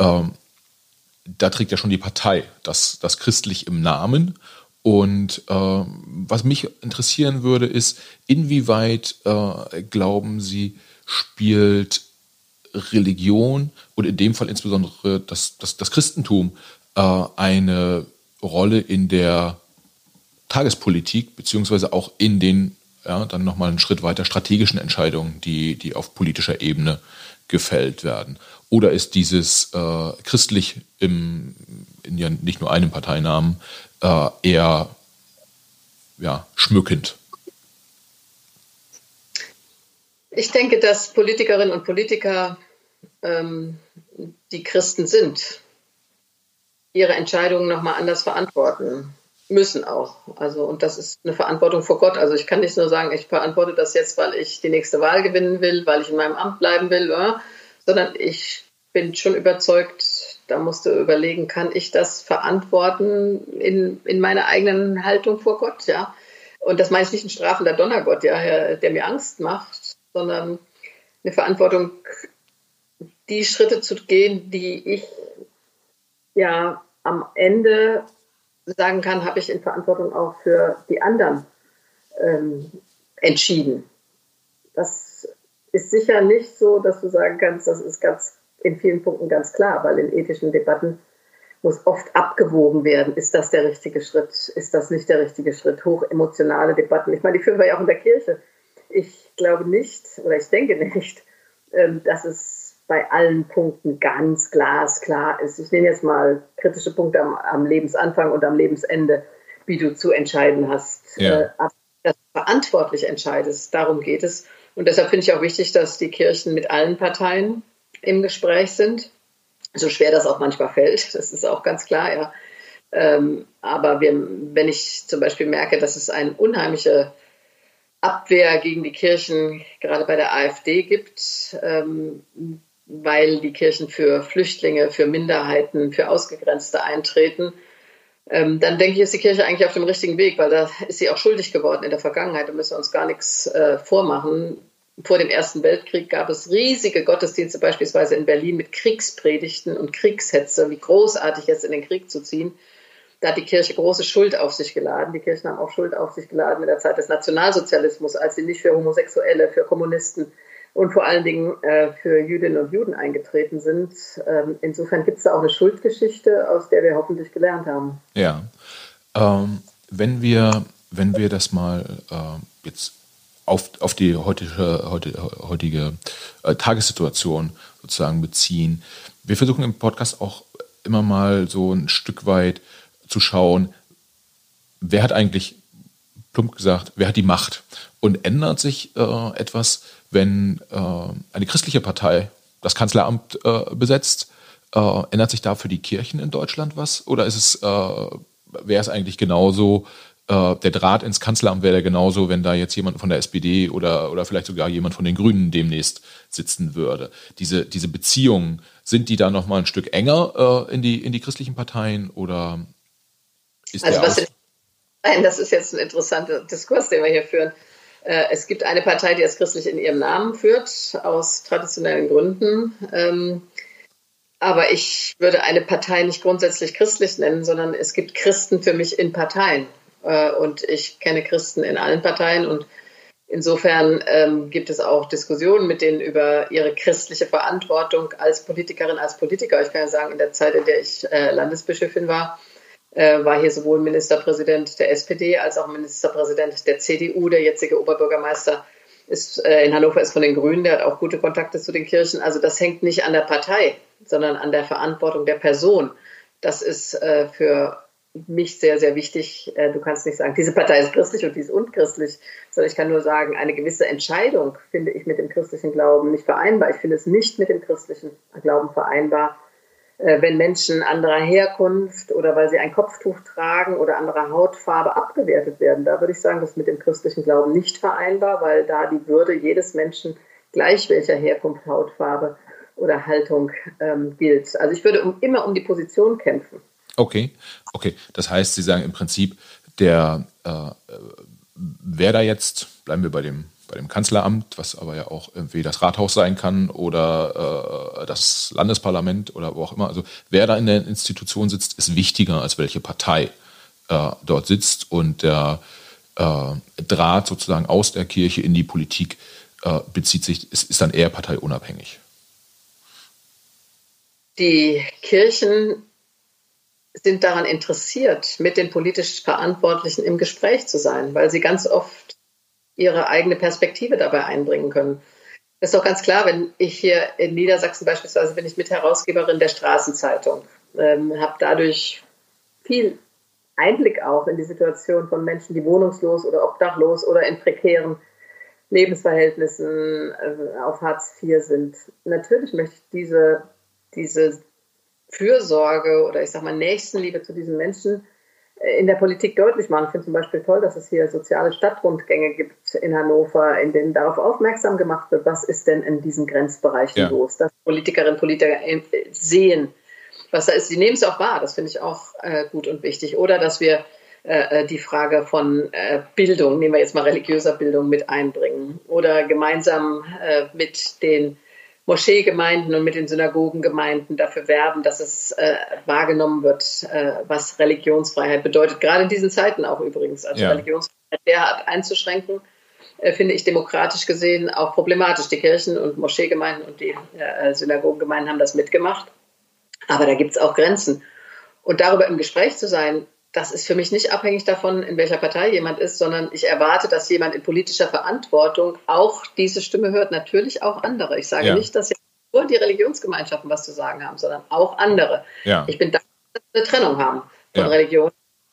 da trägt ja schon die Partei das christlich im Namen. Und was mich interessieren würde, ist, inwieweit glauben Sie, spielt Religion und in dem Fall insbesondere das Christentum eine Rolle in der Tagespolitik, beziehungsweise auch in den dann nochmal einen Schritt weiter strategischen Entscheidungen, die auf politischer Ebene gefällt werden? Oder ist dieses christlich in ja nicht nur einem Parteinamen eher schmückend? Ich denke, dass Politikerinnen und Politiker, die Christen sind, ihre Entscheidungen nochmal anders verantworten müssen auch. Also, und das ist eine Verantwortung vor Gott. Also ich kann nicht nur sagen, ich verantworte das jetzt, weil ich die nächste Wahl gewinnen will, weil ich in meinem Amt bleiben will, sondern ich bin schon überzeugt, da musst du überlegen, kann ich das verantworten in meiner eigenen Haltung vor Gott, ja? Und das meine ich nicht ein strafender Donnergott, ja, der mir Angst macht, sondern eine Verantwortung, die Schritte zu gehen, die ich ja am Ende sagen kann, habe ich in Verantwortung auch für die anderen entschieden. Das ist sicher nicht so, dass du sagen kannst, das ist ganz in vielen Punkten ganz klar, weil in ethischen Debatten muss oft abgewogen werden. Ist das der richtige Schritt? Ist das nicht der richtige Schritt? Hochemotionale Debatten. Ich meine, die führen wir ja auch in der Kirche. Ich glaube nicht, oder ich denke nicht, dass es bei allen Punkten ganz glasklar ist. Ich nehme jetzt mal kritische Punkte am Lebensanfang und am Lebensende, wie du zu entscheiden hast. Ja. Dass du verantwortlich entscheidest, darum geht es. Und deshalb finde ich auch wichtig, dass die Kirchen mit allen Parteien im Gespräch sind. So schwer das auch manchmal fällt, das ist auch ganz klar, ja. Aber wenn ich zum Beispiel merke, dass es eine unheimliche Abwehr gegen die Kirchen gerade bei der AfD gibt, weil die Kirchen für Flüchtlinge, für Minderheiten, für Ausgegrenzte eintreten, dann denke ich, ist die Kirche eigentlich auf dem richtigen Weg, weil da ist sie auch schuldig geworden in der Vergangenheit. Da müssen wir uns gar nichts vormachen. Vor dem Ersten Weltkrieg gab es riesige Gottesdienste, beispielsweise in Berlin, mit Kriegspredigten und Kriegshetze, wie großartig jetzt in den Krieg zu ziehen. Da hat die Kirche große Schuld auf sich geladen. Die Kirchen haben auch Schuld auf sich geladen in der Zeit des Nationalsozialismus, als sie nicht für Homosexuelle, für Kommunisten und vor allen Dingen für Jüdinnen und Juden eingetreten sind. Insofern gibt es da auch eine Schuldgeschichte, aus der wir hoffentlich gelernt haben. Ja, wenn wir das mal jetzt auf die heutige Tagessituation sozusagen beziehen. Wir versuchen im Podcast auch immer mal so ein Stück weit zu schauen, wer hat eigentlich, plump gesagt, wer hat die Macht? Und ändert sich etwas, wenn eine christliche Partei das Kanzleramt besetzt? Ändert sich da für die Kirchen in Deutschland was? Oder wäre es eigentlich genauso, der Draht ins Kanzleramt wäre genauso, wenn da jetzt jemand von der SPD oder vielleicht sogar jemand von den Grünen demnächst sitzen würde? Diese Beziehungen, sind die da nochmal ein Stück enger in die christlichen Parteien oder ist das ist jetzt ein interessanter Diskurs, den wir hier führen. Es gibt eine Partei, die es christlich in ihrem Namen führt, aus traditionellen Gründen. Aber ich würde eine Partei nicht grundsätzlich christlich nennen, sondern es gibt Christen für mich in Parteien. Und ich kenne Christen in allen Parteien. Und insofern gibt es auch Diskussionen mit denen über ihre christliche Verantwortung als Politikerin, als Politiker. Ich kann ja sagen, in der Zeit, in der ich Landesbischöfin war hier sowohl Ministerpräsident der SPD als auch Ministerpräsident der CDU. Der jetzige Oberbürgermeister in Hannover ist von den Grünen, der hat auch gute Kontakte zu den Kirchen. Also das hängt nicht an der Partei, sondern an der Verantwortung der Person. Das ist für mich sehr, sehr wichtig. Du kannst nicht sagen, diese Partei ist christlich und die ist unchristlich, sondern ich kann nur sagen, eine gewisse Entscheidung finde ich mit dem christlichen Glauben nicht vereinbar. Ich finde es nicht mit dem christlichen Glauben vereinbar, wenn Menschen anderer Herkunft oder weil sie ein Kopftuch tragen oder anderer Hautfarbe abgewertet werden. Da würde ich sagen, das ist mit dem christlichen Glauben nicht vereinbar, weil da die Würde jedes Menschen gleich welcher Herkunft, Hautfarbe oder Haltung gilt. Also ich würde immer um die Position kämpfen. Okay. Das heißt, Sie sagen im Prinzip, wer da jetzt, bleiben wir bei dem Kanzleramt, was aber ja auch irgendwie das Rathaus sein kann oder das Landesparlament oder wo auch immer, also wer da in der Institution sitzt, ist wichtiger, als welche Partei dort sitzt, und der Draht sozusagen aus der Kirche in die Politik ist dann eher parteiunabhängig. Die Kirchen sind daran interessiert, mit den politisch Verantwortlichen im Gespräch zu sein, weil sie ganz oft ihre eigene Perspektive dabei einbringen können. Das ist doch ganz klar, wenn ich hier in Niedersachsen beispielsweise bin ich Mitherausgeberin der Straßenzeitung, habe dadurch viel Einblick auch in die Situation von Menschen, die wohnungslos oder obdachlos oder in prekären Lebensverhältnissen auf Hartz IV sind. Natürlich möchte ich diese Fürsorge oder ich sag mal Nächstenliebe zu diesen Menschen in der Politik deutlich machen. Ich finde zum Beispiel toll, dass es hier soziale Stadtrundgänge gibt in Hannover, in denen darauf aufmerksam gemacht wird, was ist denn in diesen Grenzbereichen los, dass Politikerinnen und Politiker sehen, was da ist. Sie nehmen es auch wahr, das finde ich auch gut und wichtig. Oder dass wir die Frage von Bildung, nehmen wir jetzt mal religiöser Bildung, mit einbringen. Oder gemeinsam mit den Moscheegemeinden und mit den Synagogengemeinden dafür werben, dass es wahrgenommen wird, was Religionsfreiheit bedeutet. Gerade in diesen Zeiten auch übrigens. Also Religionsfreiheit derart einzuschränken, finde ich demokratisch gesehen auch problematisch. Die Kirchen und Moscheegemeinden und die Synagogengemeinden haben das mitgemacht. Aber da gibt es auch Grenzen. Und darüber im Gespräch zu sein, das ist für mich nicht abhängig davon, in welcher Partei jemand ist, sondern ich erwarte, dass jemand in politischer Verantwortung auch diese Stimme hört, natürlich auch andere. Ich sage nicht, dass jetzt nur die Religionsgemeinschaften was zu sagen haben, sondern auch andere. Ja. Ich bin dankbar, dass wir eine Trennung haben von Religion.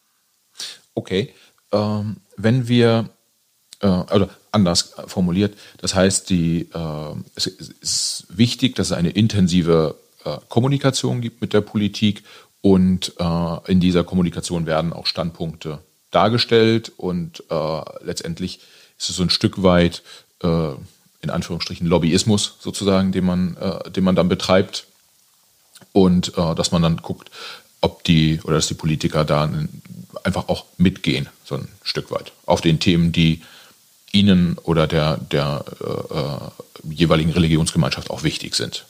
Okay, wenn wir, also anders formuliert, das heißt, es ist wichtig, dass es eine intensive Kommunikation gibt mit der Politik. Und in dieser Kommunikation werden auch Standpunkte dargestellt und letztendlich ist es so ein Stück weit in Anführungsstrichen Lobbyismus sozusagen, den man dann betreibt, und dass man dann guckt, dass die Politiker da einfach auch mitgehen, so ein Stück weit auf den Themen, die ihnen oder der jeweiligen Religionsgemeinschaft auch wichtig sind.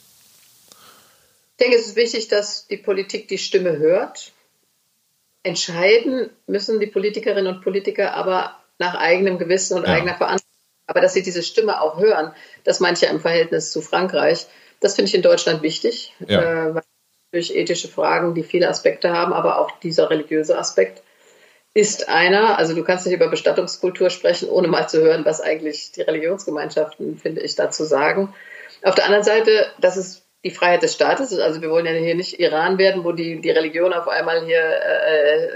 Ich denke, es ist wichtig, dass die Politik die Stimme hört. Entscheiden müssen die Politikerinnen und Politiker aber nach eigenem Gewissen und eigener Verantwortung. Aber dass sie diese Stimme auch hören, das meine ich ja im Verhältnis zu Frankreich, das finde ich in Deutschland wichtig. Weil durch ethische Fragen, die viele Aspekte haben, aber auch dieser religiöse Aspekt ist einer. Also du kannst nicht über Bestattungskultur sprechen, ohne mal zu hören, was eigentlich die Religionsgemeinschaften, finde ich, dazu sagen. Auf der anderen Seite, das ist die Freiheit des Staates. Also wir wollen ja hier nicht Iran werden, wo die Religion auf einmal hier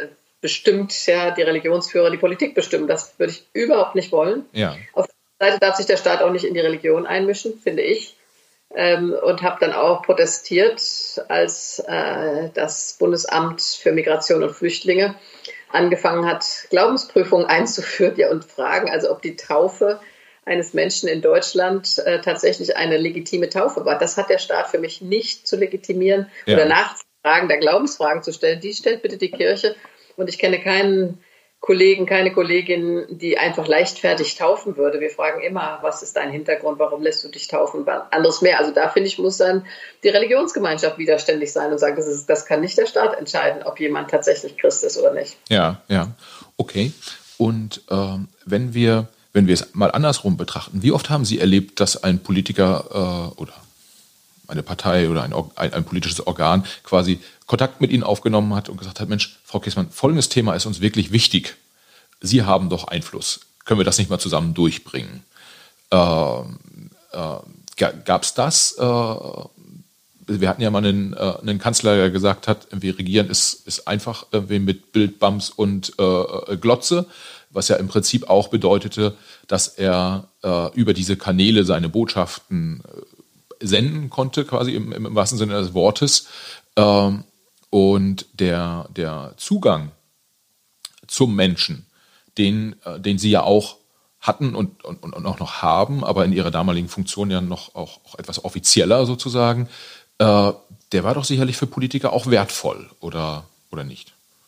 bestimmt ja die Religionsführer die Politik bestimmen. Das würde ich überhaupt nicht wollen. Ja. Auf der Seite darf sich der Staat auch nicht in die Religion einmischen, finde ich. Und habe dann auch protestiert, als das Bundesamt für Migration und Flüchtlinge angefangen hat, Glaubensprüfungen einzuführen, ja, und Fragen, also ob die Taufe eines Menschen in Deutschland tatsächlich eine legitime Taufe war. Das hat der Staat für mich nicht zu legitimieren oder nachzufragen, da Glaubensfragen zu stellen. Die stellt bitte die Kirche. Und ich kenne keinen Kollegen, keine Kollegin, die einfach leichtfertig taufen würde. Wir fragen immer, was ist dein Hintergrund, warum lässt du dich taufen, anderes mehr. Also da, finde ich, muss dann die Religionsgemeinschaft widerständig sein und sagen, das kann nicht der Staat entscheiden, ob jemand tatsächlich Christ ist oder nicht. Ja, okay. Und wenn wir es mal andersrum betrachten, wie oft haben Sie erlebt, dass ein Politiker oder eine Partei oder ein politisches Organ quasi Kontakt mit Ihnen aufgenommen hat und gesagt hat, Mensch, Frau Käßmann, folgendes Thema ist uns wirklich wichtig. Sie haben doch Einfluss. Können wir das nicht mal zusammen durchbringen? Gab es das? Wir hatten ja mal einen Kanzler, der gesagt hat, wir regieren ist einfach mit Bildbums und Glotze, was ja im Prinzip auch bedeutete, dass er über diese Kanäle seine Botschaften senden konnte, quasi im wahrsten Sinne des Wortes. Und der Zugang zum Menschen, den Sie ja auch hatten und auch noch haben, aber in Ihrer damaligen Funktion ja noch auch etwas offizieller sozusagen, der war doch sicherlich für Politiker auch wertvoll, oder nicht?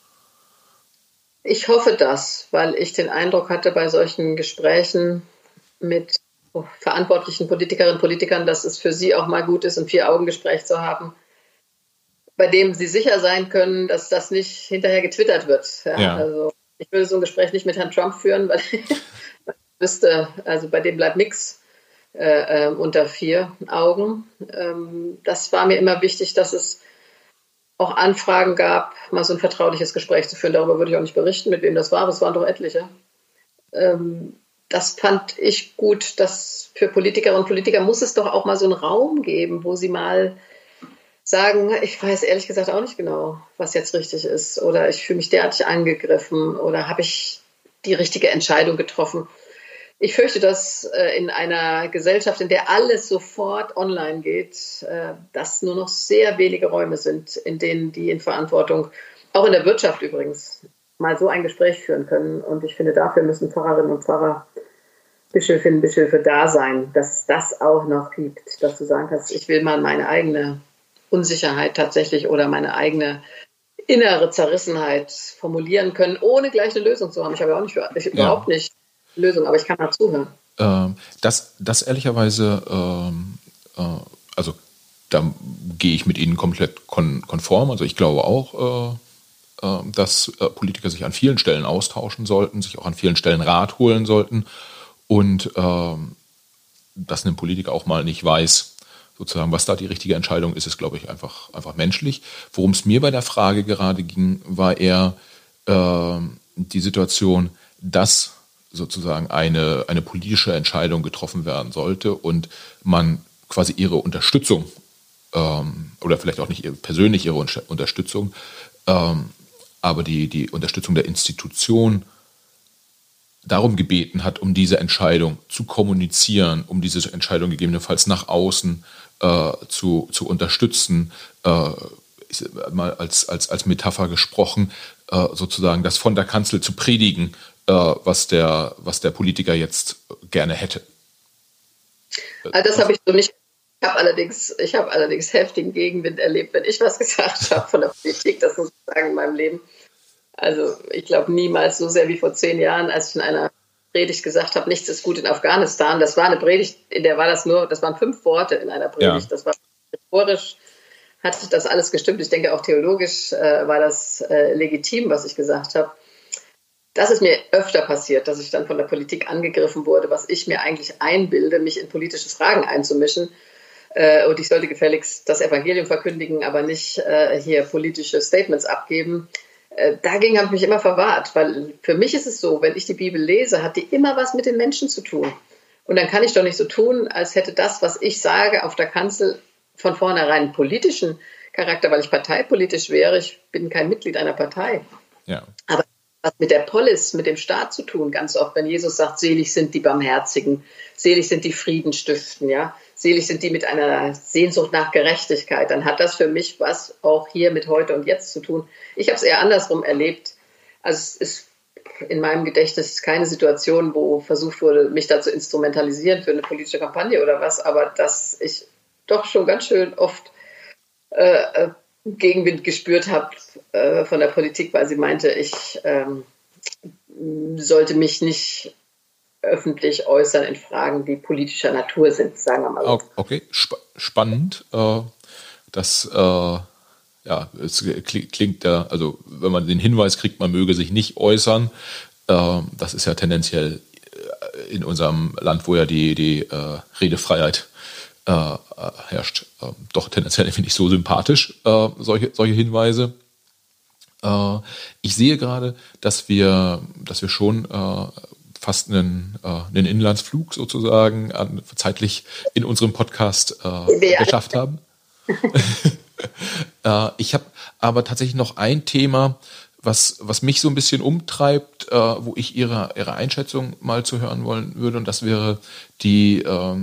Ich hoffe das, weil ich den Eindruck hatte bei solchen Gesprächen mit verantwortlichen Politikerinnen und Politikern, dass es für sie auch mal gut ist, ein Vier-Augen-Gespräch zu haben, bei dem sie sicher sein können, dass das nicht hinterher getwittert wird. Ja. Also ich würde so ein Gespräch nicht mit Herrn Trump führen, weil ich wüsste, also bei dem bleibt nichts unter 4 Augen. Das war mir immer wichtig, dass es auch Anfragen gab, mal so ein vertrauliches Gespräch zu führen. Darüber würde ich auch nicht berichten, mit wem das war, aber es waren doch etliche. Das fand ich gut, dass für Politikerinnen und Politiker muss es doch auch mal so einen Raum geben, wo sie mal sagen, ich weiß ehrlich gesagt auch nicht genau, was jetzt richtig ist, oder ich fühle mich derartig angegriffen, oder habe ich die richtige Entscheidung getroffen. Ich fürchte, dass in einer Gesellschaft, in der alles sofort online geht, dass nur noch sehr wenige Räume sind, in denen die in Verantwortung, auch in der Wirtschaft übrigens, mal so ein Gespräch führen können. Und ich finde, dafür müssen Pfarrerinnen und Pfarrer, Bischöfinnen und Bischöfe da sein, dass es das auch noch gibt, dass du sagen kannst, ich will mal meine eigene Unsicherheit tatsächlich oder meine eigene innere Zerrissenheit formulieren können, ohne gleich eine Lösung zu haben. Ich habe ja auch nicht, überhaupt nicht Lösung, aber ich kann mal zuhören. Das ehrlicherweise, also da gehe ich mit Ihnen komplett konform. Also ich glaube auch, dass Politiker sich an vielen Stellen austauschen sollten, sich auch an vielen Stellen Rat holen sollten und dass ein Politiker auch mal nicht weiß, sozusagen, was da die richtige Entscheidung ist, glaube ich, einfach menschlich. Worum es mir bei der Frage gerade ging, war eher die Situation, dass sozusagen eine politische Entscheidung getroffen werden sollte und man quasi ihre Unterstützung oder vielleicht auch nicht persönlich ihre Unterstützung, aber die Unterstützung der Institution darum gebeten hat, um diese Entscheidung zu kommunizieren, um diese Entscheidung gegebenenfalls nach außen zu unterstützen, mal als Metapher gesprochen, sozusagen das von der Kanzel zu predigen, was der Politiker jetzt gerne hätte. Das habe ich so nicht. Ich habe allerdings heftigen Gegenwind erlebt, wenn ich was gesagt habe von der Politik, das muss ich sagen in meinem Leben. Also ich glaube niemals so sehr wie vor 10 Jahren, als ich in einer Predigt gesagt habe, nichts ist gut in Afghanistan. Das war eine Predigt, in der war das waren 5 Worte in einer Predigt. Ja. Das war rhetorisch, hat das alles gestimmt. Ich denke auch theologisch war das legitim, was ich gesagt habe. Das ist mir öfter passiert, dass ich dann von der Politik angegriffen wurde, was ich mir eigentlich einbilde, mich in politische Fragen einzumischen. Und ich sollte gefälligst das Evangelium verkündigen, aber nicht hier politische Statements abgeben. Dagegen habe ich mich immer verwahrt, weil für mich ist es so, wenn ich die Bibel lese, hat die immer was mit den Menschen zu tun. Und dann kann ich doch nicht so tun, als hätte das, was ich sage, auf der Kanzel von vornherein einen politischen Charakter, weil ich parteipolitisch wäre. Ich bin kein Mitglied einer Partei. Ja. Aber was mit der Polis, mit dem Staat zu tun, ganz oft, wenn Jesus sagt, selig sind die Barmherzigen, selig sind die Frieden stiften, ja, selig sind die mit einer Sehnsucht nach Gerechtigkeit, dann hat das für mich was auch hier mit heute und jetzt zu tun. Ich habe es eher andersrum erlebt. Also es ist in meinem Gedächtnis keine Situation, wo versucht wurde, mich da zu instrumentalisieren für eine politische Kampagne oder was, aber dass ich doch schon ganz schön oft Gegenwind gespürt habe von der Politik, weil sie meinte, ich sollte mich nicht öffentlich äußern in Fragen, die politischer Natur sind, sagen wir mal so. Okay, spannend. Das es klingt ja, also wenn man den Hinweis kriegt, man möge sich nicht äußern, das ist ja tendenziell in unserem Land, wo ja die Redefreiheit herrscht, doch tendenziell nicht so sympathisch, solche Hinweise. Ich sehe gerade, dass wir schon fast einen Inlandsflug sozusagen zeitlich in unserem Podcast geschafft haben. Ich habe aber tatsächlich noch ein Thema, was mich so ein bisschen umtreibt, wo ich Ihre Einschätzung mal zu hören wollen würde, und das wäre die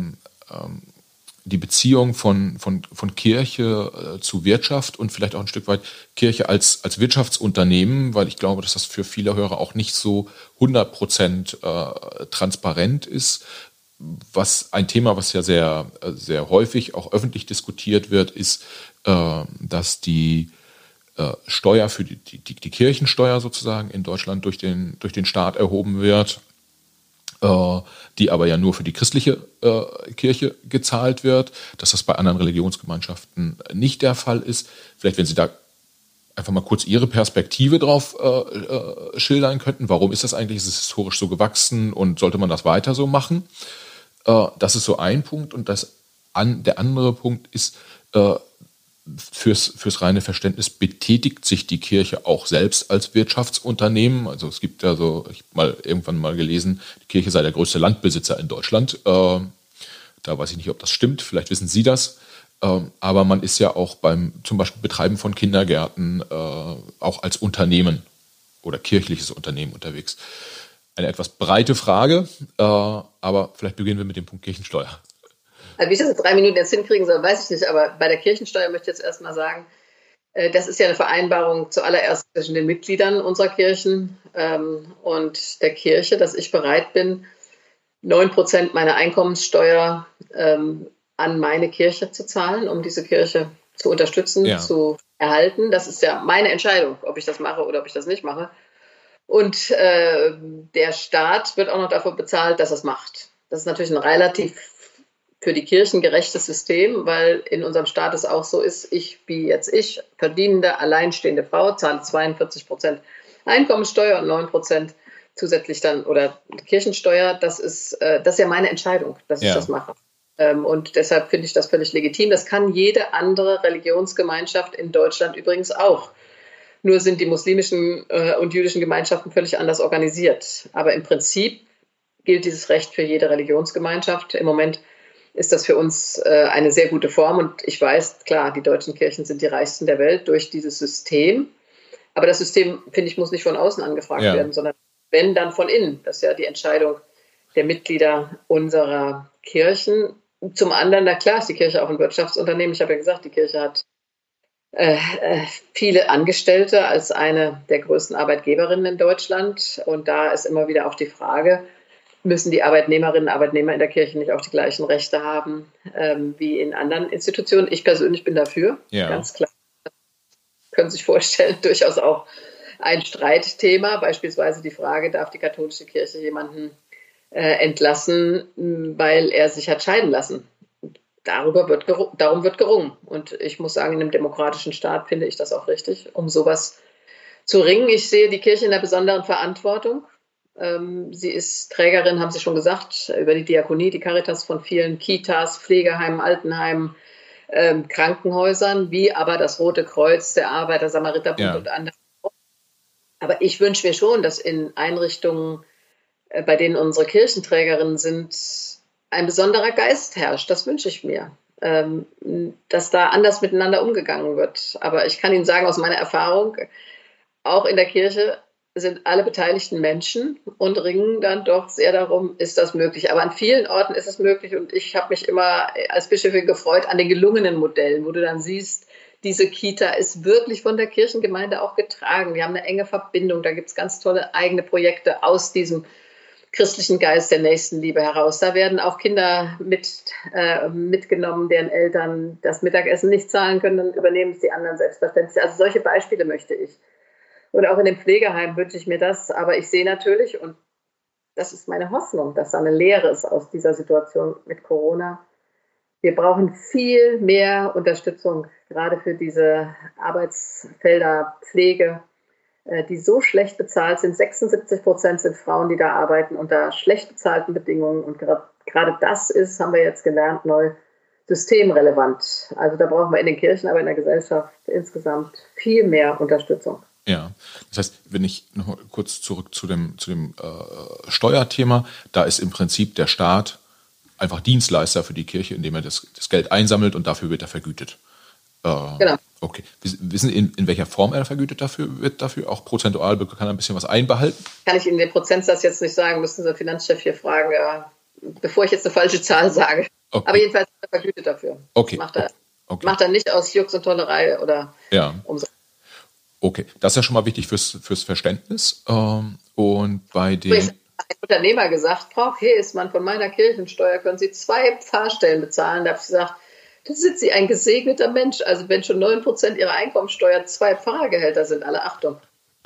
Beziehung von Kirche zu Wirtschaft und vielleicht auch ein Stück weit Kirche als Wirtschaftsunternehmen, weil ich glaube, dass das für viele Hörer auch nicht so 100% transparent ist. Ein Thema, was ja sehr, sehr häufig auch öffentlich diskutiert wird, ist, dass die Steuer für die Kirchensteuer sozusagen in Deutschland durch den Staat erhoben wird, die aber ja nur für die christliche Kirche gezahlt wird, dass das bei anderen Religionsgemeinschaften nicht der Fall ist. Vielleicht, wenn Sie da einfach mal kurz Ihre Perspektive drauf schildern könnten. Warum ist das eigentlich? Ist es historisch so gewachsen und sollte man das weiter so machen? Das ist so ein Punkt. Und der andere Punkt ist, fürs reine Verständnis, betätigt sich die Kirche auch selbst als Wirtschaftsunternehmen? Also es gibt ja so, ich habe irgendwann mal gelesen, die Kirche sei der größte Landbesitzer in Deutschland. Da weiß ich nicht, ob das stimmt, vielleicht wissen Sie das. Aber man ist ja auch beim zum Beispiel Betreiben von Kindergärten auch als Unternehmen oder kirchliches Unternehmen unterwegs. Eine etwas breite Frage, aber vielleicht beginnen wir mit dem Punkt Kirchensteuer. Also wie ich das in 3 Minuten jetzt hinkriegen soll, weiß ich nicht, aber bei der Kirchensteuer möchte ich jetzt erstmal sagen, das ist ja eine Vereinbarung zuallererst zwischen den Mitgliedern unserer Kirchen und der Kirche, dass ich bereit bin, 9% meiner Einkommenssteuer an meine Kirche zu zahlen, um diese Kirche zu unterstützen, zu erhalten. Das ist ja meine Entscheidung, ob ich das mache oder ob ich das nicht mache. Und der Staat wird auch noch dafür bezahlt, dass er es macht. Das ist natürlich ein relativ für die Kirchen gerechtes System, weil in unserem Staat es auch so ist, ich, verdienende, alleinstehende Frau, zahle 42% Einkommensteuer und 9% zusätzlich dann oder Kirchensteuer. Das ist ja meine Entscheidung, dass ich das mache. Und deshalb finde ich das völlig legitim. Das kann jede andere Religionsgemeinschaft in Deutschland übrigens auch. Nur sind die muslimischen und jüdischen Gemeinschaften völlig anders organisiert. Aber im Prinzip gilt dieses Recht für jede Religionsgemeinschaft. Im Moment ist das für uns eine sehr gute Form. Und ich weiß, klar, die deutschen Kirchen sind die reichsten der Welt durch dieses System. Aber das System, finde ich, muss nicht von außen angefragt werden, sondern wenn, dann von innen. Das ist ja die Entscheidung der Mitglieder unserer Kirchen. Zum anderen, na klar, ist die Kirche auch ein Wirtschaftsunternehmen. Ich habe ja gesagt, die Kirche hat viele Angestellte als eine der größten Arbeitgeberinnen in Deutschland. Und da ist immer wieder auch die Frage, müssen die Arbeitnehmerinnen und Arbeitnehmer in der Kirche nicht auch die gleichen Rechte haben wie in anderen Institutionen? Ich persönlich bin dafür, ganz klar. Können Sie sich vorstellen, durchaus auch ein Streitthema, beispielsweise die Frage, darf die katholische Kirche jemanden entlassen, weil er sich hat scheiden lassen? Darum wird gerungen. Und ich muss sagen, in einem demokratischen Staat finde ich das auch richtig, um sowas zu ringen. Ich sehe die Kirche in einer besonderen Verantwortung. Sie ist Trägerin, haben Sie schon gesagt, über die Diakonie, die Caritas von vielen Kitas, Pflegeheimen, Altenheimen, Krankenhäusern, wie aber das Rote Kreuz, der Arbeiter-Samariter-Bund und andere. Aber ich wünsche mir schon, dass in Einrichtungen, bei denen unsere Kirchenträgerinnen sind, ein besonderer Geist herrscht. Das wünsche ich mir, dass da anders miteinander umgegangen wird. Aber ich kann Ihnen sagen, aus meiner Erfahrung, auch in der Kirche sind alle beteiligten Menschen und ringen dann doch sehr darum, ist das möglich. Aber an vielen Orten ist es möglich und ich habe mich immer als Bischöfin gefreut an den gelungenen Modellen, wo du dann siehst, diese Kita ist wirklich von der Kirchengemeinde auch getragen. Wir haben eine enge Verbindung, da gibt es ganz tolle eigene Projekte aus diesem christlichen Geist der Nächstenliebe heraus. Da werden auch Kinder mitgenommen, deren Eltern das Mittagessen nicht zahlen können, dann übernehmen es die anderen selbstverständlich. Also solche Beispiele möchte ich. Und auch in den Pflegeheimen wünsche ich mir das. Aber ich sehe natürlich, und das ist meine Hoffnung, dass da eine Lehre ist aus dieser Situation mit Corona. Wir brauchen viel mehr Unterstützung, gerade für diese Arbeitsfelder Pflege, die so schlecht bezahlt sind. 76% sind Frauen, die da arbeiten unter schlecht bezahlten Bedingungen. Und gerade das ist, haben wir jetzt gelernt, neu systemrelevant. Also da brauchen wir in den Kirchen, aber in der Gesellschaft insgesamt viel mehr Unterstützung. Ja, das heißt, wenn ich noch mal kurz zurück zu dem Steuerthema, da ist im Prinzip der Staat einfach Dienstleister für die Kirche, indem er das Geld einsammelt und dafür wird er vergütet. Genau. Okay. Wissen Sie, in welcher Form er vergütet wird dafür? Auch prozentual kann er ein bisschen was einbehalten? Kann ich Ihnen den Prozentsatz jetzt nicht sagen, müssen Sie den Finanzchef hier fragen, bevor ich jetzt eine falsche Zahl sage. Okay. Aber jedenfalls ist er vergütet dafür. Okay. Macht er nicht aus Jux und Tollerei oder umsonst. Okay, das ist ja schon mal wichtig fürs Verständnis. Und bei den... Ein Unternehmer gesagt, Frau Heesmann, von meiner Kirchensteuer können Sie 2 Pfarrstellen bezahlen. Da habe ich gesagt, das sind Sie ein gesegneter Mensch. Also wenn schon 9% Ihrer Einkommensteuer 2 Pfarrergehälter sind, alle Achtung.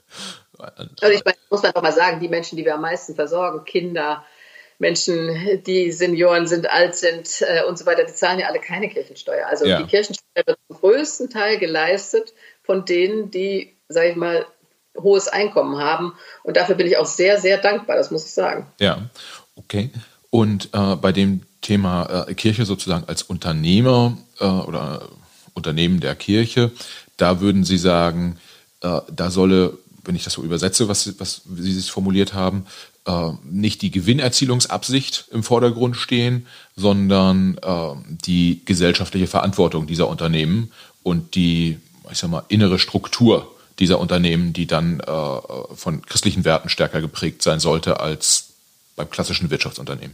Also ich meine, muss man doch mal sagen, die Menschen, die wir am meisten versorgen, Kinder, Menschen, die Senioren sind, alt sind und so weiter, die zahlen ja alle keine Kirchensteuer. Also die Kirchensteuer wird zum größten Teil geleistet von denen, die, sage ich mal, hohes Einkommen haben. Und dafür bin ich auch sehr, sehr dankbar, das muss ich sagen. Ja, okay. Und bei dem Thema Kirche sozusagen als Unternehmer oder Unternehmen der Kirche, da würden Sie sagen, da solle, wenn ich das so übersetze, was Sie sich formuliert haben, nicht die Gewinnerzielungsabsicht im Vordergrund stehen, sondern die gesellschaftliche Verantwortung dieser Unternehmen und die, ich sag mal, innere Struktur dieser Unternehmen, die dann von christlichen Werten stärker geprägt sein sollte als beim klassischen Wirtschaftsunternehmen.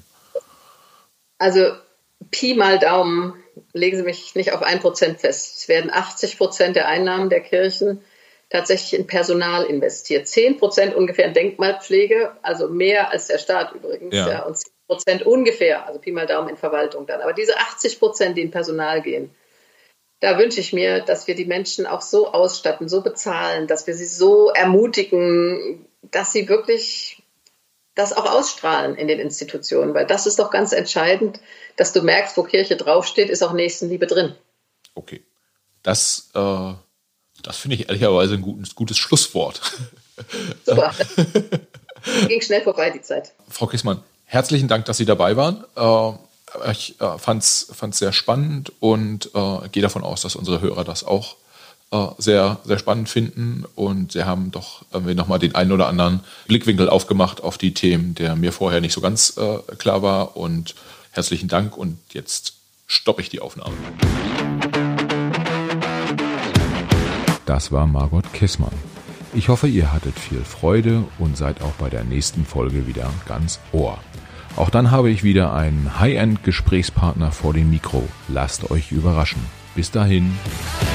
Also Pi mal Daumen, legen Sie mich nicht auf 1% fest. Es werden 80% der Einnahmen der Kirchen tatsächlich in Personal investiert. 10% ungefähr in Denkmalpflege, also mehr als der Staat übrigens. Ja. Und 10% ungefähr, also Pi mal Daumen in Verwaltung dann. Aber diese 80%, die in Personal gehen, da wünsche ich mir, dass wir die Menschen auch so ausstatten, so bezahlen, dass wir sie so ermutigen, dass sie wirklich das auch ausstrahlen in den Institutionen. Weil das ist doch ganz entscheidend, dass du merkst, wo Kirche draufsteht, ist auch Nächstenliebe drin. Okay, das finde ich ehrlicherweise ein gutes Schlusswort. Super. Ging schnell vorbei, die Zeit. Frau Kiesmann, herzlichen Dank, dass Sie dabei waren. Ich fand's sehr spannend und gehe davon aus, dass unsere Hörer das auch sehr, sehr spannend finden. Und Sie haben doch irgendwie nochmal den einen oder anderen Blickwinkel aufgemacht auf die Themen, der mir vorher nicht so ganz klar war. Und herzlichen Dank. Und jetzt stoppe ich die Aufnahme. Das war Margot Kiesmann. Ich hoffe, ihr hattet viel Freude und seid auch bei der nächsten Folge wieder ganz Ohr. Auch dann habe ich wieder einen High-End-Gesprächspartner vor dem Mikro. Lasst euch überraschen. Bis dahin.